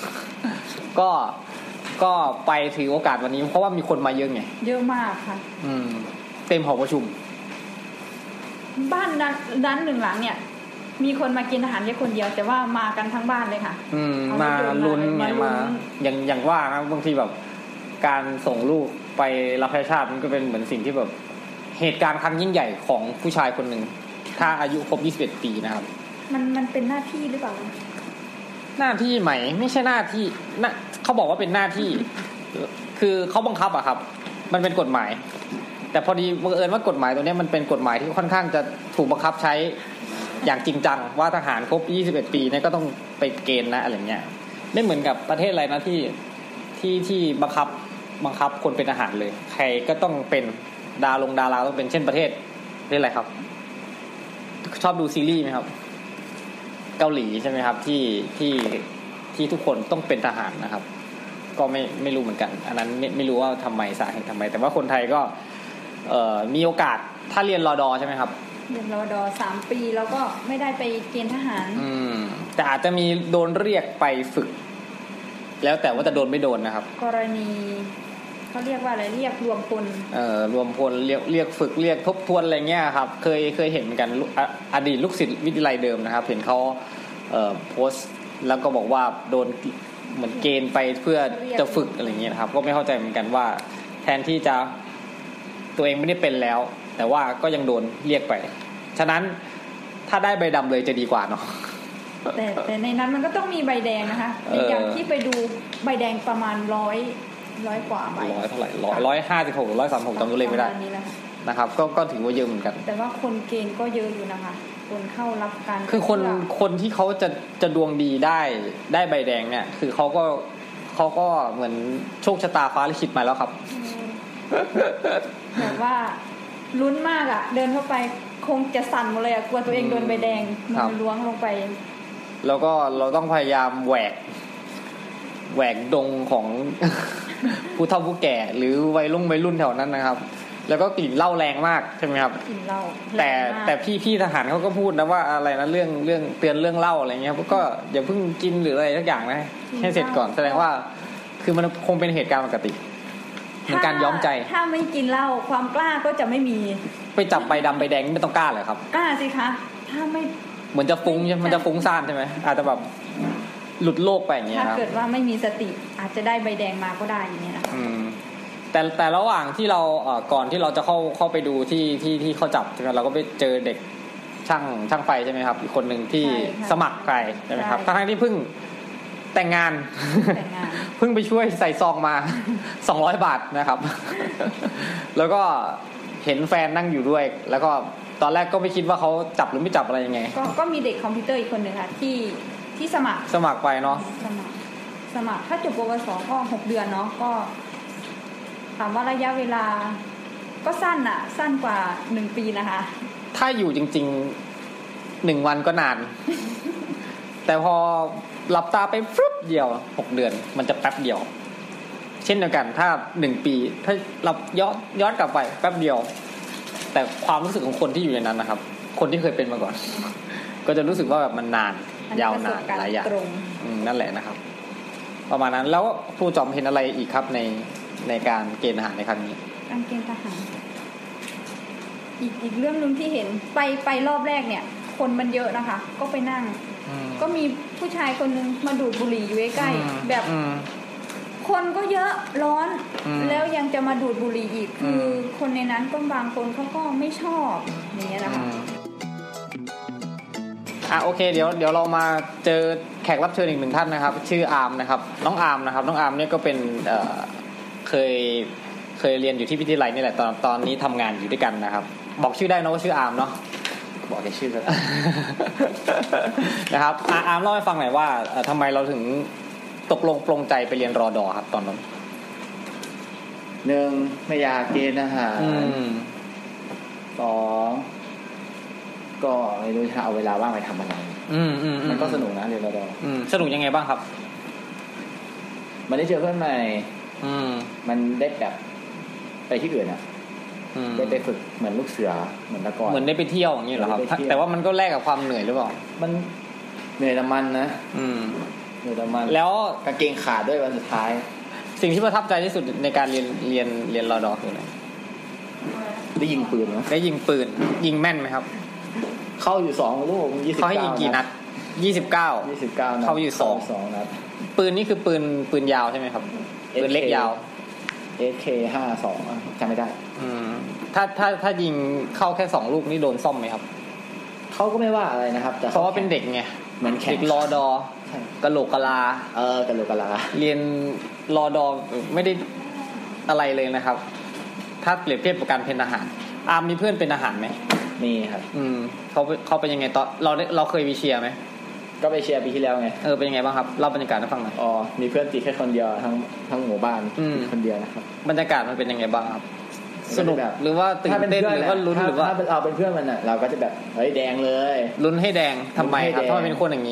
ก็ไปถือโอกาสวันนี้เพราะว่ามีคนมาเยอะไงเยอะมากค่ะเต็มหอประชุมบ้านนั้นหนึ่งหลังเนี่ยมีคนมากินอาหารแค่คนเดียวแต่ว่ามากันทั้งบ้านเลยค่ะมาลุ้นไงมาอย่างว่านะบางทีแบบการส่งลูกไปรับใช้ชาติมันก็เป็นเหมือนสิ่งที่แบบเหตุการณ์ครั้งยิ่งใหญ่ของผู้ชายคนหนึ่งถ้าอายุครบ21ปีนะครับมันเป็นหน้าที่หรือเปล่าหน้าที่ไหมไม่ใช่หน้าที่เขาบอกว่าเป็นหน้าที่คือเขาบังคับอะครับมันเป็นกฎหมายแต่พอดีบังเอิญว่ากฎหมายตัวนี้มันเป็นกฎหมายที่ค่อนข้างจะถูกบังคับใช้อย่างจริงจังว่าทหารครบ21ปีเนี่ยก็ต้องไปเกณฑ์นะอะไรเงี้ยไม่เหมือนกับประเทศอะไรนะที่บังคับคนเป็นทหารเลยใครก็ต้องเป็นดาราต้องเป็นเช่นประเทศอะไรครับชอบดูซีรีส์ไหมครับเกาหลีใช่ไหมครับที่ทุกคนต้องเป็นทหารนะครับก็ไม่รู้เหมือนกันอันนั้นไม่รู้ว่าทำไมสาเหตุทำไมแต่ว่าคนไทยก็มีโอกาสถ้าเรียนรด.ใช่ไหมครับเรียนรอดอ3 ปีแล้วก็ไม่ได้ไปเกณฑ์ทหารแต่อาจจะมีโดนเรียกไปฝึกแล้วแต่ว่าจะโดนไม่โดนนะครับกรณีเขาเรียกว่าอะไรเรียกรวมพลรวมพลเรียกฝึกเรียกทบทวนอะไรเงี้ยครับเคยเห็นเหมือนกันอดีตลูกศิษย์วิทยาลัยเดิมนะครับเห็นเขาโพสต์แล้วก็บอกว่าโดนเหมือนเกณฑ์ไปเพื่อจะฝึกอะไรเงี้ยนะครับก็ไม่เข้าใจเหมือนกันว่าแทนที่จะตัวเองไม่ได้เป็นแล้วแต่ว่าก็ยังโดนเรียกไปฉะนั้นถ้าได้ใบดำเลยจะดีกว่าเนาะแต่ในนั้นมันก็ต้องมีใบแดงนะคะอย่างที่ไปดูใบแดงประมาณ100กว่าใบ 100เท่าไหร่156 136จำตัวเลขไม่ได้นะครับก็ถือว่าเยอะเหมือนกันแต่ว่าคนเกณฑ์ก็เยอะอยู่นะคะคนเข้ารับการคือคนที่เขาจะดวงดีได้ใบแดงเนี่ยคือเขาก็เหมือนโชคชะตาฟ้าลิขิตมาแล้วครับแบบว่าลุ้นมากอ่ะเดินเข้าไปคงจะสั่นหมดเลยอ่ะกลัวตัวเองโดนใบแดงมือล้วงลงไปแล้วก็เราต้องพยายามแหวกดงของผู้เฒ่าผู้แก่หรือวัยรุ่นแถวนั้นนะครับแล้วก็กลิ่นเหล้าแรงมากใช่ไหมครับกลิ่นเหล้าแต่พี่ทหารเขาก็พูดนะว่าอะไรนะเรื่องเตือนเรื่องเหล้าอะไรเงี้ยก็อย่าเพิ่งกินหรืออะไรสักอย่างนะให้เสร็จก่อนแสดงว่าคือมันคงเป็นเหตุการณ์ปกติเป็นการย้อมใจถ้าไม่กินเหล้าความกล้าก็จะไม่มีไปจับใบดำใบแดงไม่ต้องกล้าเลยครับกล้าสิคะถ้าไม่เหมือนจะฟุ้งใช่มันจะฟุ้งซ่านใช่ไหมอาจจะแบบหลุดโลกไปอย่างเงี้ยถ้าเกิดว่าไม่มีสติอาจจะได้ใบแดงมาก็ได้อย่างเงี้ยนะแต่ระหว่างที่เราก่อนที่เราจะเข้าไปดูที่เขาจับใช่ไหมเราก็ไปเจอเด็กช่างไฟใช่ไหมครับอีกคนหนึ่งที่สมัครไปใช่ไหมครับทั้งที่เพิ่งแต่งงานเพิ่งไปช่วยใส่ซองมา200 บาทนะครับแล้วก็เห็นแฟนนั่งอยู่ด้วยแล้วก็ตอนแรกก็ไม่คิดว่าเขาจับหรือไม่จับอะไรยังไงก็มีเด็กคอมพิวเตอร์อีกคนนึงค่ะที่สมัครไปเนาะสมัครถ้าจบปวสก็6 เดือนเนาะก็ถามว่าระยะเวลาก็สั้นกว่า1 ปีนะคะถ้าอยู่จริงๆ1 วันก็นานแต่พอหลับตาไปฟึบเดียว6 เดือนมันจะแป๊บเดียวเช่นเดียวกันถ้า1 ปีถ้าหลับย้อนกลับไปแป๊บเดียวแต่ความรู้สึกของคนที่อยู่ในนั้นนะครับคนที่เคยเป็นมาก่อนก็จะรู้สึกว่าแบบมันนานยาวนานหลายอย่างนั่นแหละนะครับประมาณนั้นแล้วครูจอมเห็นอะไรอีกครับในการเกณฑ์ทหารในครั้งนี้การเกณฑ์ทหารอีกเรื่องนึงที่เห็นไปรอบแรกเนี่ยคนมันเยอะนะคะก็ไปนั่งก็มีผู้ชายคนนึงมาดูดบุหรี่อยู่ใกล้ๆแบบคนก็เยอะร้อนแล้วยังจะมาดูดบุหรี่อีกคือคนในนั้นก็บางคนเขาก็ไม่ชอบอย่างเงี้ยนะคะโอเคเดี๋ยวเรามาเจอแขกรับเชิญอีก1 ท่านนะครับชื่ออาร์มนะครับน้องอาร์มนะครับน้องอาร์มเนี่ยก็เป็นเคยเรียนอยู่ที่วิทยาลัยนี่แหละตอนนี้ทำงานอยู่ด้วยกันนะครับบอกชื่อได้นะว่าชื่ออาร์มเนาะบอกแค่ชื่อแล้วนะครับอาร์มเล่าให้ฟังหน่อยว่าทำไมเราถึงตกลงปลงใจไปเรียนรอดอครับตอนนั้น 1ไม่อยากเกณฑ์ทหาร2ก็ไม่รู้จะเอาเวลาว่างไปทำอะไรมันก็สนุกนะเรียนรอดอสนุกยังไงบ้างครับมันได้เจอเพื่อนใหม่มันได้แบบไปที่อื่นอ่ะได้ไปฝึกเหมือนลูกเสือเหมือนตะกอนเหมือนได้ไปเที่ยวอย่างนี้เหรอครับแต่ว่ามันก็แลกกับความเหนื่อยหรือเปล่ามันเหนื่อยแต่มันนะเหนื่อยแต่มันแล้วกางเกงขาดด้วยวันสุดท้ายสิ่งที่ประทับใจที่สุดในการเรียนรอดอคืออะไรได้ยิงปืนไหมได้ยิงปืนยิงแม่นไหมครับเข้าอยู่2 ลูก29 เขาให้ยิงกี่นัด29เข้าอยู่2นัดปืนนี่คือปืนยาวใช่ไหมครับปืนเล็กยาว AK52 จำไม่ได้ถ้ายิงเข้าแค่2 ลูกนี่โดนซ่อมไหมครับเขาก็ไม่ว่าอะไรนะครับแต่เพราะว่าเป็นเด็กไงเหมือนเด็กรอดอกะโหลกกะลากะโหลกกะลาเรียนรอดอไม่ได้อะไรเลยนะครับถ้าเปรียบเทียบกับการเป็นทหารอาร์มมีเพื่อนเป็นทหารไหมมีครับเขาเป็นยังไงตอนเราเคยไปเชียร์ไหมก็ไปเชียร์ปีที่แล้วไงเป็นยังไงบ้างครับเล่าบรรยากาศให้ฟังหน่อยมีเพื่อนตีแค่คนเดียวทั้งหมู่บ้านคนเดียวนะครับบรรยากาศมันเป็นยังไงบ้างครับสนุกหรือว่าตื่นเต้นหรือว่าลุ้นหรือว่าถ้าเราเป็นเพื่อนมันอ่ะเราก็จะแบบเฮ้ยแดงเลยลุ้นให้แดงทำไมครับทำไมเป็นคนอย่างนี้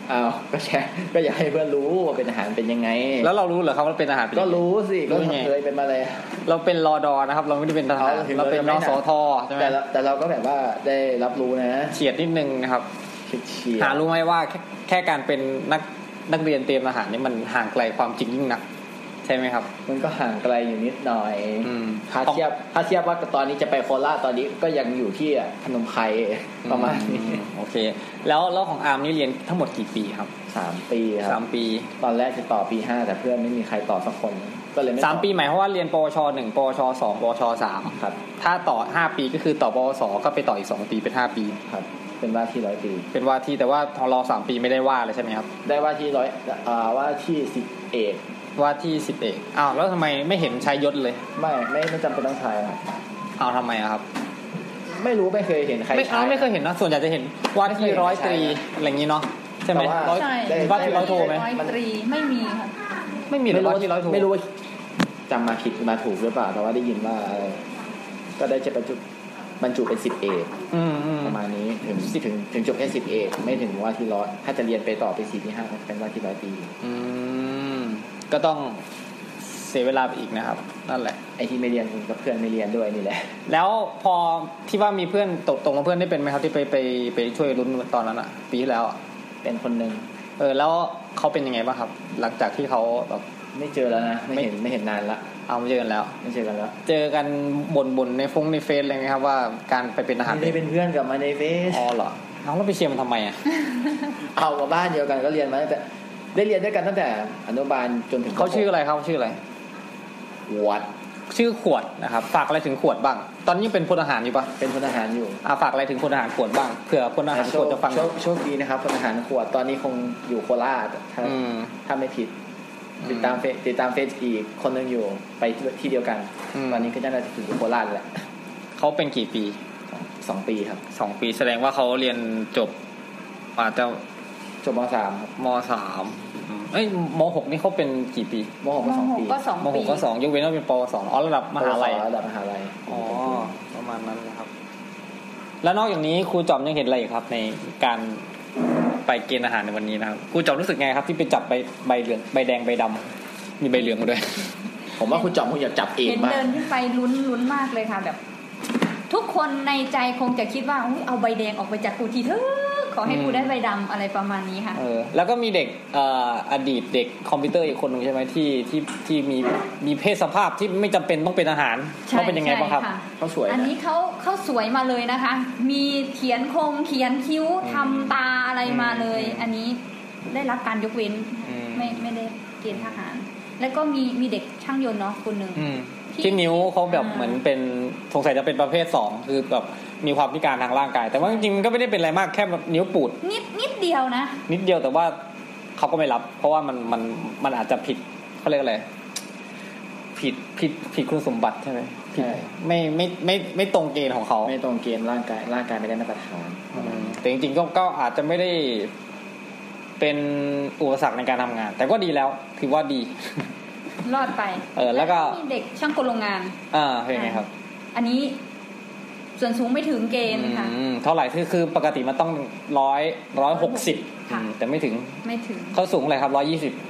อ้าวก็แชร์ก็อยากให้เพื่อนรู้ว่าเป็นทหารเป็นยังไงแล้วเรารู้เหรอครับว่าเป็นทหารก็รู้สิก็เคยเป็นมาเลยเราเป็นรดนะครับเราไม่ได้เป็นทหารเราเป็นนสทใช่ไหมแต่เราก็แบบว่าได้รับรู้นะเฉียดนิดนึงนะครับหารู้ไหมว่าแค่การเป็นนักเรียนเตรียมทหารนี่มันห่างไกลความจริงยิ่งนักใช่ไหมครับมันก็ห่างไกลอยู่นิดหน่อยถ้าเทียบว่าตอนนี้จะไปโคราชตอนนี้ก็ยังอยู่ที่พนมไพรประมาณนี้โอเคแล้วของอาร์มนี่เรียนทั้งหมดกี่ปีครับ 3 ปีครับ 3 ปีตอนแรกจะต่อปี5แต่เพื่อนไม่มีใครต่อสักคนก็เลยไม่ 3 ปีหมายความว่าเรียนปวช1ปวช2ปวช3 ครับถ้าต่อ5 ปีก็คือต่อปวสก็ไปต่ออีก2 ปีเป็น5 ปีครับเป็นว่าที่100 ปีเป็นว่าที่แต่ว่าของเรา3 ปีไม่ได้ว่าเลยใช่ไหมครับได้ว่าที่ว่าที่10 เอกว่าที่10 เอกอ้าวแล้วทำไมไม่เห็นใช้ยศเลยไม่จำเป็นต้องใช้ครับอ้าวทำไมครับไม่รู้ไม่เคยเห็นใครใช้ไม่เคยเห็นนะส่วนใหญ่จะเห็นว่าที่100 ตรีอะไรอย่างนี้เนาะใช่ไหมว่าที่100 โทไหม 100 ตรีไม่มีค่ะไม่มีเลยว่าที่100 โทไม่รู้ว่าจำมาผิดมาถูกหรือเปล่าแต่ว่าได้ยินว่าก็ได้จะบรรจุเป็น10 เอกประมาณนี้ถึงจบแค่10 เอกไม่ถึงว่าที่100ถ้าจะเรียนไปต่อไป4 ที่ 5เป็นว่าที่100 ปีก็ต้องเสียเวลาไปอีกนะครับนั่นแหละไอ้ที่ไม่เรียนกับเพื่อนไม่เรียนด้วยนี่แหละแล้วพอที่ว่ามีเพื่อนตกลงเพื่อนได้เป็นไหมครับที่ไปช่วยลุ้นตอนนั้นอ่ะปีที่แล้วเป็นคนนึงแล้วเขาเป็นยังไงบ้างครับหลังจากที่เขาแบบไม่เจอแล้วนะไม่เห็นนานละไม่เจอกันแล้วไม่เจอกันแล้วเจอกันบ่นในในเฟซอะไรไหมครับว่าการไปเป็นทหารไม่ได้เป็นเพื่อนกับมาในเฟซอ๋อเหรอแล้วไปเชียร์มันทำไมอ่ะเอากับบ้านเดียวกันก็เรียนมาตั้งแต่ได้เรียนด้วยกันตั้งแต่อนุบาลจนถึงเขาชื่ออะไรครับชื่ออะไรขวดชื่อขวดนะครับฝากอะไรถึงขวดบ้างตอนนี้เป็นพลทหารอยู่ปะเป็นพลทหารอยู่ฝากอะไรถึงพลทหารขวดบ้างเผื่อพลทหารขวดจะฟังโชคดีนะครับพลทหารขวดตอนนี้คงอยู่โคราชถ้าไม่ผิดติดตามเฟซอีกคนนึงอยู่ไปที่เดียวกันตอนนี้ก็จะได้ถึงโคราชแหละเขาเป็นกี่ปี 2 ปีครับ 2 ปีแสดงว่าเขาเรียนจบอาจจะจบม.3 ม.3ม.6 นี่เขาเป็นกี่ปีม.6 ก็2 ปีม .6 ก็2ยกเว้นว่าเป็นปวสระดับมหาลัยอ๋อประมาณนั้นนะครับแล้วนอกจากนี้ครูจอมยังเห็นอะไรอีกครับในการไปเกณฑ์อาหารในวันนี้นะครับครูจอมรู้สึกไงครับที่ไปจับใบเหลืองใบแดงใบดำมีใบเหลืองมาด้วยผมว่าครูจอมคงอยากจับเองมากเดินขึ้นไปลุ้นมากเลยค่ะแบบทุกคนในใจคงจะคิดว่าเอาใบแดงออกไปจากครูทีเถอะขอให้ครูได้ใบดำอะไรประมาณนี้ค่ะแล้วก็มีเด็กอดีตเด็กคอมพิวเตอร์อีกคนนึงใช่ไหมที่มีเพศสภาพที่ไม่จำเป็นต้องเป็นทหารเขาเป็นยังไงบ้างครับเขาสวยอันนี้เขาสวยมาเลยนะคะมีเขียนคิ้วทำตาอะไรมาเลยอันนี้ได้รับการยกเว้นไม่ได้เกณฑ์ทหารแล้วก็มีเด็กช่างยนต์เนาะคนนึงที่นิ้วเขาแบบเหมือนเป็นสงสัยจะเป็นประเภท2คือแบบมีความพิการทางร่างกายแต่ว่าจริงๆก็ไม่ได้เป็นอะไรมากแค่นิ้วปูดนิดเดียวนะนิดเดียวแต่ว่าเขาก็ไม่รับเพราะว่ามันอาจจะผิดเขาเรียกอะไรผิดคุณสมบัติใช่ไหมไม่ตรงเกณฑ์ของเขาไม่ตรงเกณฑ์ร่างกายไม่ได้มาตรฐานแต่จริงๆก็อาจจะไม่ได้เป็นอุปสรรคในการทำงานแต่ก็ดีแล้วถือว่าดีรอดไปแล้วก็มีเด็กช่างกลโรงงานเป็นไงครับอันนี้ส่วนสูงไม่ถึงเกณฑ์ค่ะเท่าไหร่คือปกติมันต้อง160แต่ไม่ถึงเขาสูงอะไรครับ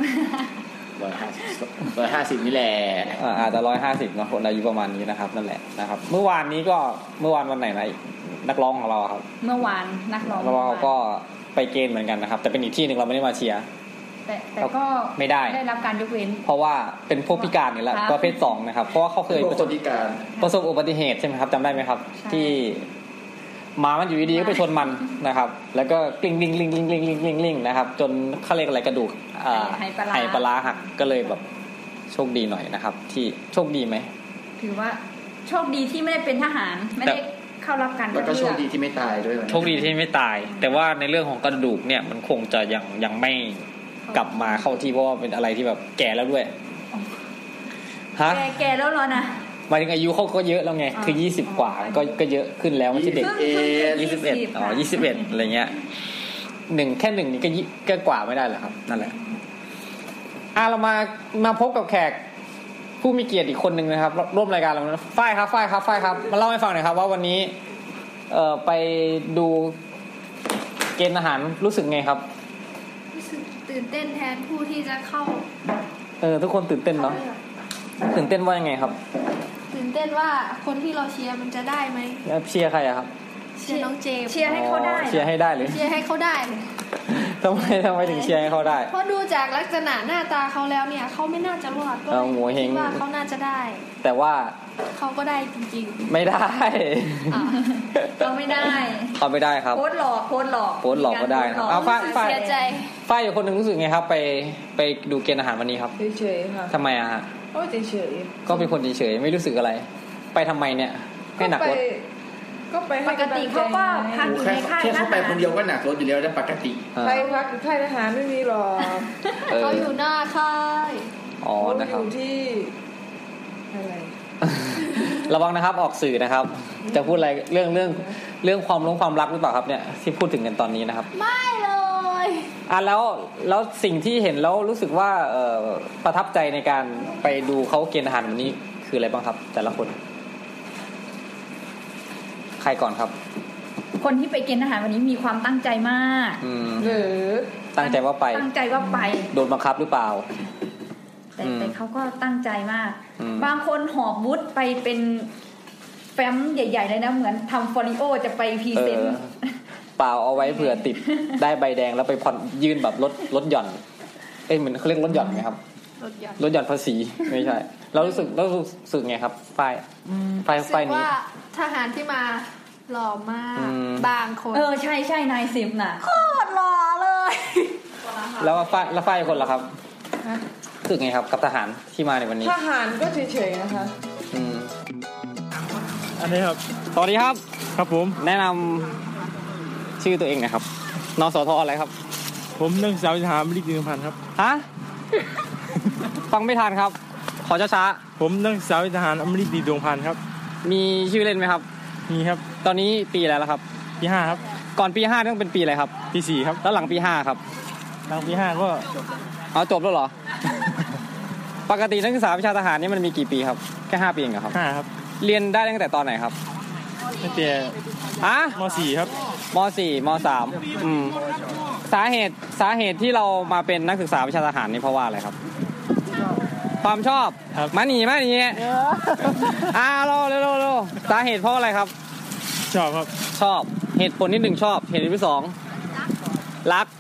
150นี่แหละอาจจะ150เนาะคนอายุประมาณนี้นะครับนั่นแหละนะครับเมื่อวานวันไหนนะนักร้องของเราครับเมื่อวานนักร้องเราก็ไปเกณฑ์เหมือนกันนะครับแต่เป็นอีกที่นึงเราไม่ได้มาเชียร์แต่ก็ไม่ได้รับการยกเว้นเพราะว่าเป็นพวกพิการนี่แหละประเภท2นะครับเพราะว่าเขาเคยประสบอุบัติเหตุใช่ไหมครับจำได้ไหมครับที่มามันอยู่ดีๆก็ไปชนมันนะครับแล้วก็กลิ้งนะครับจนเขาเรียกอะไรกระดูกไหปลาร้าหักก็เลยแบบโชคดีหน่อยนะครับที่โชคดีไหมถือว่าโชคดีที่ไม่ได้เป็นทหารไม่ได้เข้ารับการแล้วก็โชคดีที่ไม่ตายด้วยโชคดีที่ไม่ตายแต่ว่าในเรื่องของกระดูกเนี่ยมันคงจะยังไม่กลับมาเข้าที่เพราะว่าเป็นอะไรที่แบบแก่แล้วด้วยฮะแก่แล้วเหรอนะหมายถึงอายุเขาก็เยอะแล้วไงคือ20กว่าก็เยอะขึ้นแล้วไม่ใช่เด็ก21อะไรเงี้ยแค่1นี่ก็กว่าไม่ได้หรอครับนั่นแหละเรามาพบกับแขกผู้มีเกียรติอีกคนนึงนะครับร่วมรายการเราฝ้ายครับมาเล่าให้ฟังหน่อยครับว่าวันนี้ไปดูเกณฑ์อาหารรู้สึกไงครับตื่นเต้นแทนผู้ที่จะเข้าทุกคนตื่นเต้นเนาะตื่นเต้นว่ายังไงครับตื่นเต้นว่าคนที่เราเชียร์มันจะได้ไหมเชียร์ใครอะครับเชียร์น้องเจมเชียร์ให้เขาได้เชียร์ให้ได้เลยเชียร์ให้เขาได้เลยทำไมถึงเชียร์ให้เขาได้เพราะดูจากลักษณะหน้าตาเขาแล้วเนี่ยเขาไม่น่าจะรอดก็คิดว่าเขาน่าจะได้แต่ว่าเขาก็ได้จริงๆไม่ได้เขาไม่ได้ครับโพสหลอกก็ได้ครับเอาฝ้ายอยู่คนนึงรู้สึกไงครับไปดูเกณฑ์อาหารวันนี้ครับเฉยๆค่ะทำไมอะฮะเฉยก็เป็นคนเฉยๆไม่รู้สึกอะไรไปทำไมเนี่ยให้หนักรถก็ไปปกติเขาก็พักอยู่ในค่ายแค่เขาไปคนเดียวก็หนักรถอยู่แล้วแต่ปกติใครพักค่ายทหารไม่มีหรอกเขาอยู่หน้าค่ายนะครับอยู่ที่อะไรระวังนะครับออกสื่อนะครับจะพูดอะไรเรื่องความรักหรือเปล่าครับเนี่ยที่พูดถึงกันตอนนี้นะครับไม่เลยแล้วสิ่งที่เห็นแล้วรู้สึกว่าประทับใจในการไปดูเขาเกณฑ์อาหารวันนี้คืออะไรบ้างครับแต่ละคนใครก่อนครับคนที่ไปเกณฑ์ทหารวันนี้มีความตั้งใจมากหรือตั้งใจว่าไปโดนบังคับหรือเปล่าแต่เขาก็ตั้งใจมากบางคนหอบวุฒิไปเป็นแฟ้มใหญ่ๆเลยนะเหมือนทำฟอลิโอจะไปพรีเซนต์เปล่าเอาไว้เผื่อติดได้ใบแดงแล้วไปผ่อนยื่นแบบลดหย่อนเหมือนเขาเรียกลดหย่อนไหมครับลดหย่อนภาษีไม่ใช่เรารู้สึกไงครับฝ้ายนี้ว่าทหารที่มาหล่อมากบางคนใช่นายสิบน่ะโคตรหล่อเลยแล้วฝ้ายคนละครับรู้สึกไงครับกับทหารที่มาในวันนี้ทหารก็เฉยๆนะคะอันนี้ครับสวัสดีครับครับผมแนะนำชื่อตัวเองหน่อยครับนสทอะไรครับผมนักศึกษาวิชาอมฤต ดวงพันธ์ครับฮะฟังไม่ทันครับขอช้าๆผมนักศึกษาวิชาอมฤต ดวงพันธ์ครับมีชื่อเล่นไหมครับมีครับตอนนี้ปีอะไรแล้วครับปี5ครับก่อนปี5ต้องเป็นปีอะไรครับปี4ครับแล้วหลังปี5ครับหลังปี5ก็เอาจบแล้วเหรอปกตินักศึกษาวิชาทหารนี่มันมีกี่ปีครับแค่5ปีเองเหรอครับ 5ครับเรียนได้ตั้งแต่ตอนไหนครับตั้งแต่ม.4 ครับม.4 ม.3 สาเหตุที่เรามาเป็นนักศึกษาวิชาทหารนี่เพราะว่าอะไรครับความชอบมาหนีเราสาเหตุเพราะอะไรครับชอบครับชอบเหตุผลที่1ชอบเหตุผลที่2รัก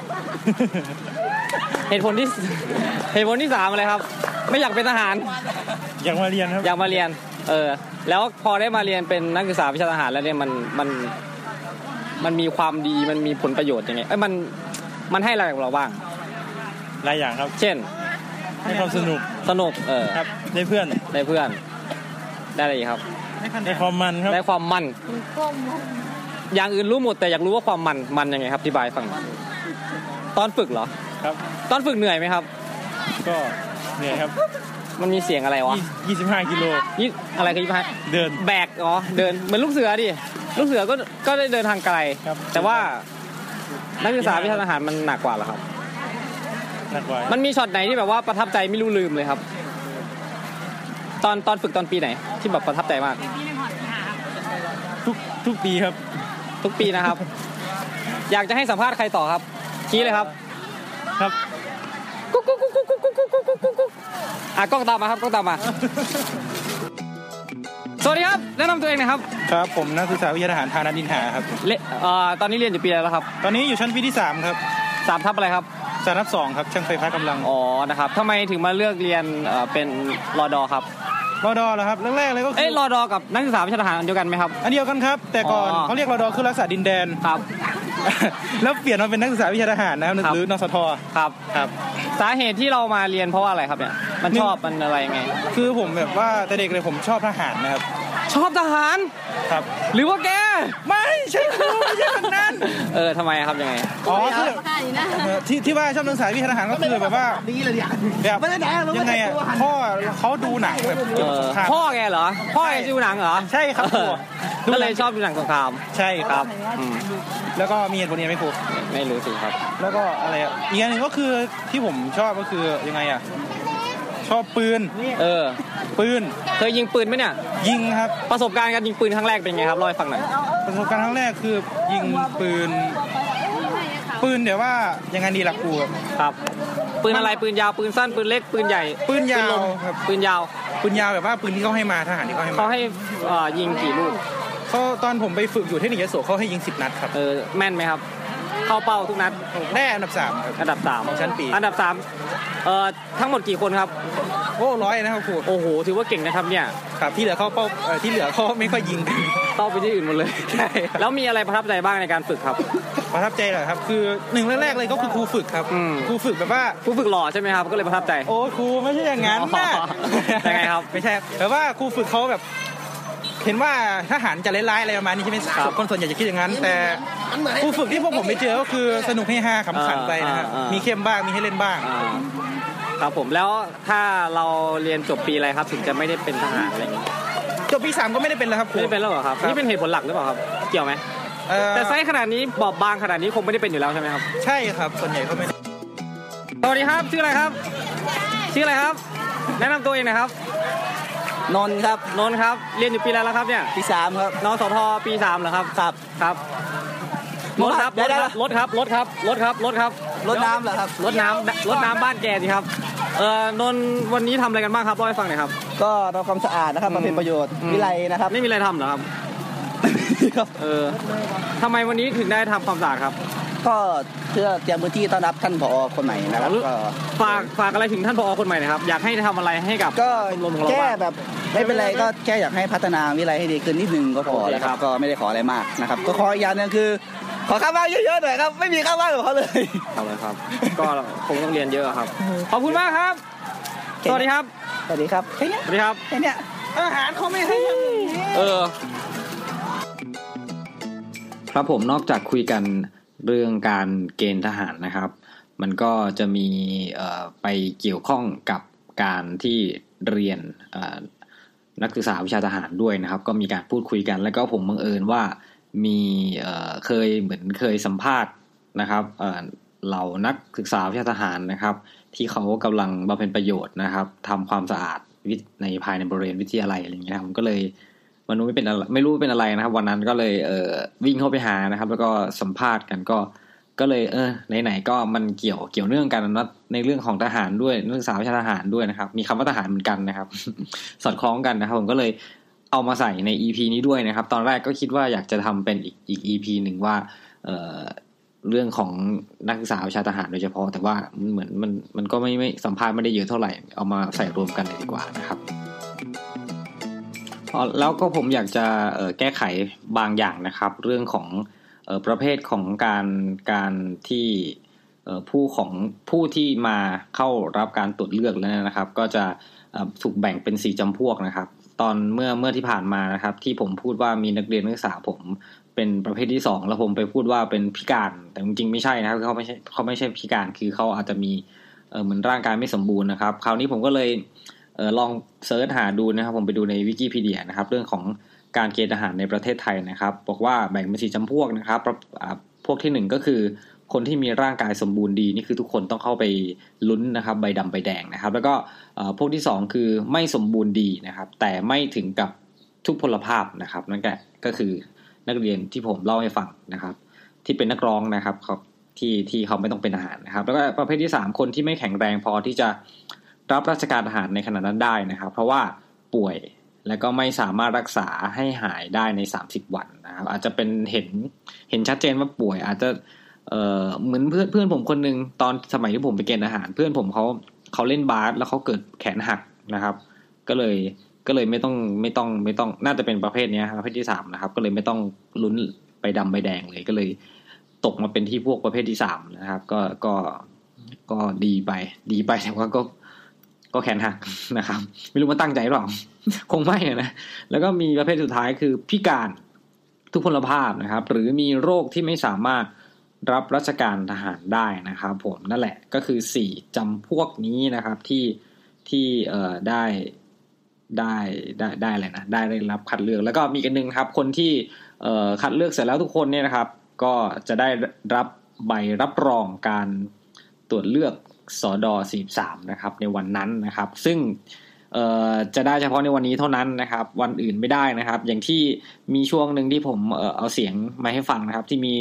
เหตุผลที่3อะไรครับไม่อยากเป็นทหารอยากมาเรียนครับอยากมาเรียนแล้วพอได้มาเรียนเป็นนักศึกษาวิชาทหารแล้วเนี่ยมันมีความดีมันมีผลประโยชน์ยังไงมันให้อะไรกับเราบ้างหลายอย่างครับเช่นให้ความสนุกครับได้เพื่อนได้อะไรอีกครับได้ความมันครับได้ความมันอย่างอื่นรู้หมดแต่อยากรู้ว่าความมันยังไงครับอธิบายฟังตอนฝึกเหรอครับตอนฝึกเหนื่อยไหมครับก็เหนื่อยครับมันมีเสียงอะไรวะ 25 กิโลอะไรคือ25 เดินแบกเดินเหมือนลูกเสือดิลูกเสือก็ได้เดินทางไกลแต่ว่านักศึกษาวิชาทหารมันหนักกว่าเหรอครับหนักกว่ามันมีช็อตไหนที่แบบว่าประทับใจไม่รู้ลืมเลยครับตอนฝึกตอนปีไหนที่แบบประทับใจมากทุกปีครับทุกปีนะครับอยากจะให้สัมภาษณ์ใครต่อครับชี้เลยครับครับกุ๊กกล้องตามมาครับกล้องตามมาสวัสดีครับแนะนำตัวเองนะครับครับผมนักศึกษาวิทยาทหารพาณิชย์ดินหาครับตอนนี้เรียนอยู่ปีอะไรแล้วครับตอนนี้อยู่ชั้นปีที่3ครับ 3ทับอะไรครับ 3ทับ2ครับช่างไฟฟ้ากำลังนะครับทำไมถึงมาเลือกเรียนเป็นรด.ครับรด.เหรอครับแรกๆเลยก็คือรด.กับนักศึกษาวิชาทหารอันเดียวกันไหมครับอันเดียวกันครับแต่ก่อนเขาเรียกรด.คือรักษาดินแดนครับแล้วเปลี่ยนมาเป็นนักศึกษาวิชาทหารนะครับหรือนสท. ครับสาเหตุที่เรามาเรียนเพราะว่าอะไรครับเนี่ยมันชอบมันอะไรยังไงคือผมแบบว่าแต่เด็กเลยผมชอบทหารนะครับชอบทหารครับหรือว่าแกไม่ใช่ครูไม่ใช่คนนั้นทำไมครับยังไงคือที่ว่าชอบนักศึกษาวิชาทหารก็คือแบบว่าแบบยังไงพ่อเขาดูหนังแบบพ่อแกเหรอพ่อแกดูหนังเหรอใช่ครับครูก็เลยชอบดูหนังสงครามใช่ครับแล้วก็มีเหตุผลนี้ไหมครูไม่รู้สิครับแล้วก็อะไรอีกอย่างนึงก็คือที่ผมชอบก็คือยังไงชอบปืนปืนเคยยิงปืนไหมเนี่ยยิงครับประสบการณ์การยิงปืนครั้งแรกเป็นไงครับเล่าให้ฟังหน่อยประสบการณ์ครั้งแรกคือยิงปืนปืนเดี๋ยวว่ายังไงดีล่ะครูครับปืนอะไรปืนยาวปืนสั้นปืนเล็กปืนใหญ่ปืนยาวครับปืนยาวแบบว่าปืนที่เขาให้มาทหารที่เขาให้ยิงกี่ลูกเขาตอนผมไปฝึกอยู่เทคนิคยโสเขาให้ยิง10นัดครับแม่นไหมครับเข้าเป้าทุกนัดได้อันดับ3ครับอันดับ3 ของชั้นปีอันดับ3ทั้งหมดกี่คนครับโอ้100นะครับครูโอ้โหถือว่าเก่งนะครับเนี่ยครับที่เหลือเข้าเป้าที่เหลือเขาไม่ค่อยยิงเข้าไปที่อื่นหมดเลยใช่แล้วมีอะไรประทับใจบ้างในการฝึกครับประทับใจเหรอครับคือ1แรกๆเลยก็คือครูฝึกครับครูฝึกแบบว่าครูฝึกหล่อใช่ไหมครับก็เลยประทับใจโอ้ครูไม่ใช่อย่างนั้นนะยังไงครับไม่ใช่แต่ว่าครูฝึกเขาแบบเห็นว่าทหารจะร้ายๆอะไรประมาณนี้ใช่ไหมคนส่วนใหญ่จะคิดอย่างนั้นแต่ครูฝึกที่พวกผมไปเจอก็คือสนุกให้ฮาขำขันไปนะครับมีเข้มบ้างมีให้เล่นบ้างครับผมแล้วถ้าเราเรียนจบปีอะไรครับถึงจะไม่ได้เป็นทหารอะไรอย่างนี้จบปี3ก็ไม่ได้เป็นแล้วครับไม่ได้เป็นแล้วเหรอครับนี่เป็นเหตุผลหลักหรือเปล่าครับเกี่ยวไหมแต่ไซส์ขนาดนี้บอบบางขนาดนี้คงไม่ได้เป็นอยู่แล้วใช่ไหมครับใช่ครับส่วนใหญ่เขาไม่สวัสดีครับชื่ออะไรครับแนะนำตัวเองนะครับนนท์ครับเรียนอยู่ปีอะไรแล้วครับเนี่ยปี3ครับนสทปี3เหรอครับครับรถครับรถน้ำเหรอครับรถน้ำบ้านแกสิครับนนท์วันนี้ทำอะไรกันบ้างครับเล่าให้ฟังหน่อยครับก็ทำความสะอาดนะครับบำเพ็ญประโยชน์วิไลนะครับไม่มีอะไรทำเหรอครับทำไมวันนี้ถึงได้ทำความสะอาดครับก็เพื่อเตรียมพื้นที่ต้อนรับท่านผอ.คนใหม่นะครับก็ฝากอะไรถึงท่านผอ.คนใหม่นะครับอยากให้ทำอะไรให้กับก็แค่แบบไม่เป็นไรก็แค่อยากให้พัฒนาวิไลให้ดีขึ้นนิดนึงก็พอแล้วครับก็ไม่ได้ขออะไรมากนะครับก็ขออย่างนึงคือขอค่าบ้านเยอะๆหน่อยครับไม่มีค่าบ้านของเขาเลยเอาเลยครับก็คงต้องเรียนเยอะครับขอบคุณมากครับสวัสดีครับสวัสดีครับสวัสดีครับเนี่ยอาหารเขาไม่ให้อย่างนี้ครับผมนอกจากคุยกันเรื่องการเกณฑ์ทหารนะครับมันก็จะมีไปเกี่ยวข้องกับการที่เรียนนักศึกษาวิชาทหารด้วยนะครับก็มีการพูดคุยกันแล้วก็ผมบังเอิญว่ามีเคยสัมภาษณ์นะครับเหล่านักศึกษาวิชาทหารนะครับที่เขากำลังบำเพ็ญประโยชน์นะครับทำความสะอาดในภายในบริเวณวิทยาลัยอะไรอย่างเงี้ยผมก็เลยไม่รู้เป็นอะไรนะครับวันนั้นก็เลยวิ่งเข้าไปหานะครับแล้วก็สัมภาษณ์กันก็เลยไหนๆก็มันเกี่ยวเนื่องกันนะในเรื่องของทหารด้วยนักศึกษาวิชาทหารด้วยนะครับมีคำว่าทหารเหมือนกันนะครับ สอดคล้องกันนะครับผมก็เลยเอามาใส่ใน EP นี้ด้วยนะครับตอนแรกก็คิดว่าอยากจะทำเป็นอีก EP หนึ่งว่าเรื่องของนักศึกษาวิชาทหารโดยเฉพาะแต่ว่าเหมือนมันก็ไม่สัมภาษณ์ไม่ได้เยอะเท่าไหร่เอามาใส่รวมกันเลยดีกว่านะครับแล้วก็ผมอยากจะแก้ไขบางอย่างนะครับเรื่องของประเภทของการที่ผู้ที่มาเข้ารับการตรวจเลือกแล้วนะครับก็จะถูกแบ่งเป็น4จำพวกนะครับตอนเมื่อที่ผ่านมานะครับที่ผมพูดว่ามีนักเรียนนักศึกษาผมเป็นประเภทที่2แล้วผมไปพูดว่าเป็นพิการแต่จริงๆไม่ใช่นะครับเขาไม่ใช่พิการคือเขาอาจจะมีเหมือนร่างกายไม่สมบูรณ์นะครับคราวนี้ผมก็เลยลองเสิร์ชหาดูนะครับผมไปดูในวิกิพีเดียนะครับเรื่องของการเกณฑ์ทหารในประเทศไทยนะครับบอกว่าแบ่งเป็น4จำพวกนะครับพวกที่1ก็คือคนที่มีร่างกายสมบูรณ์ดีนี่คือทุกคนต้องเข้าไปลุ้นนะครับใบดำใบแดงนะครับแล้วก็พวกที่2คือไม่สมบูรณ์ดีนะครับแต่ไม่ถึงกับทุพพลภาพนะครับนั่นก็คือนักเรียนที่ผมเล่าให้ฟังนะครับที่เป็นนักร้องนะครับที่เขาไม่ต้องเป็นทหารนะครับแล้วก็ประเภทที่3คนที่ไม่แข็งแรงพอที่จะรับราชการทหารในขณะนั้นได้นะครับเพราะว่าป่วยแล้วก็ไม่สามารถรักษาให้หายได้ใน30วันนะครับอาจจะเป็นเห็นชัดเจนว่าป่วยอาจจะเหมือนเพื่อนผมคนนึงตอนสมัยที่ผมไปเกณฑ์ทหารเพื่อนผมเขาเล่นบาสแล้วเขาเกิดแขนหักนะครับก็เลยไม่ต้องน่าจะเป็นประเภทนี้ประเภทที่3นะครับก็เลยไม่ต้องลุ้นใบดำใบแดงเลยก็เลยตกมาเป็นที่พวกประเภทที่3นะครับก็ดีไปแต่ว่าก็แขนหักนะครับไม่รู้ว่าตั้งใจหรือเปล่าคงไม่นะแล้วก็มีประเภทสุดท้ายคือพิการทุพพลภาพนะครับหรือมีโรคที่ไม่สามารถรับราชการทหารได้นะครับผมนั่นแหละก็คือ4จำพวกนี้นะครับที่ได้อะไรนะได้รับคัดเลือกแล้วก็มีกันนึงครับคนที่คัดเลือกเสร็จแล้วทุกคนเนี่ยนะครับก็จะได้รับใบรับรองการตรวจเลือกสด43นะครับในวันนั้นนะครับซึ่งจะได้เฉพาะในวันนี้เท่านั้นนะครับวันอื่นไม่ได้นะครับอย่างที่มีช่วงนึงที่ผมเอาเสียงมาให้ฟังนะครับที่มี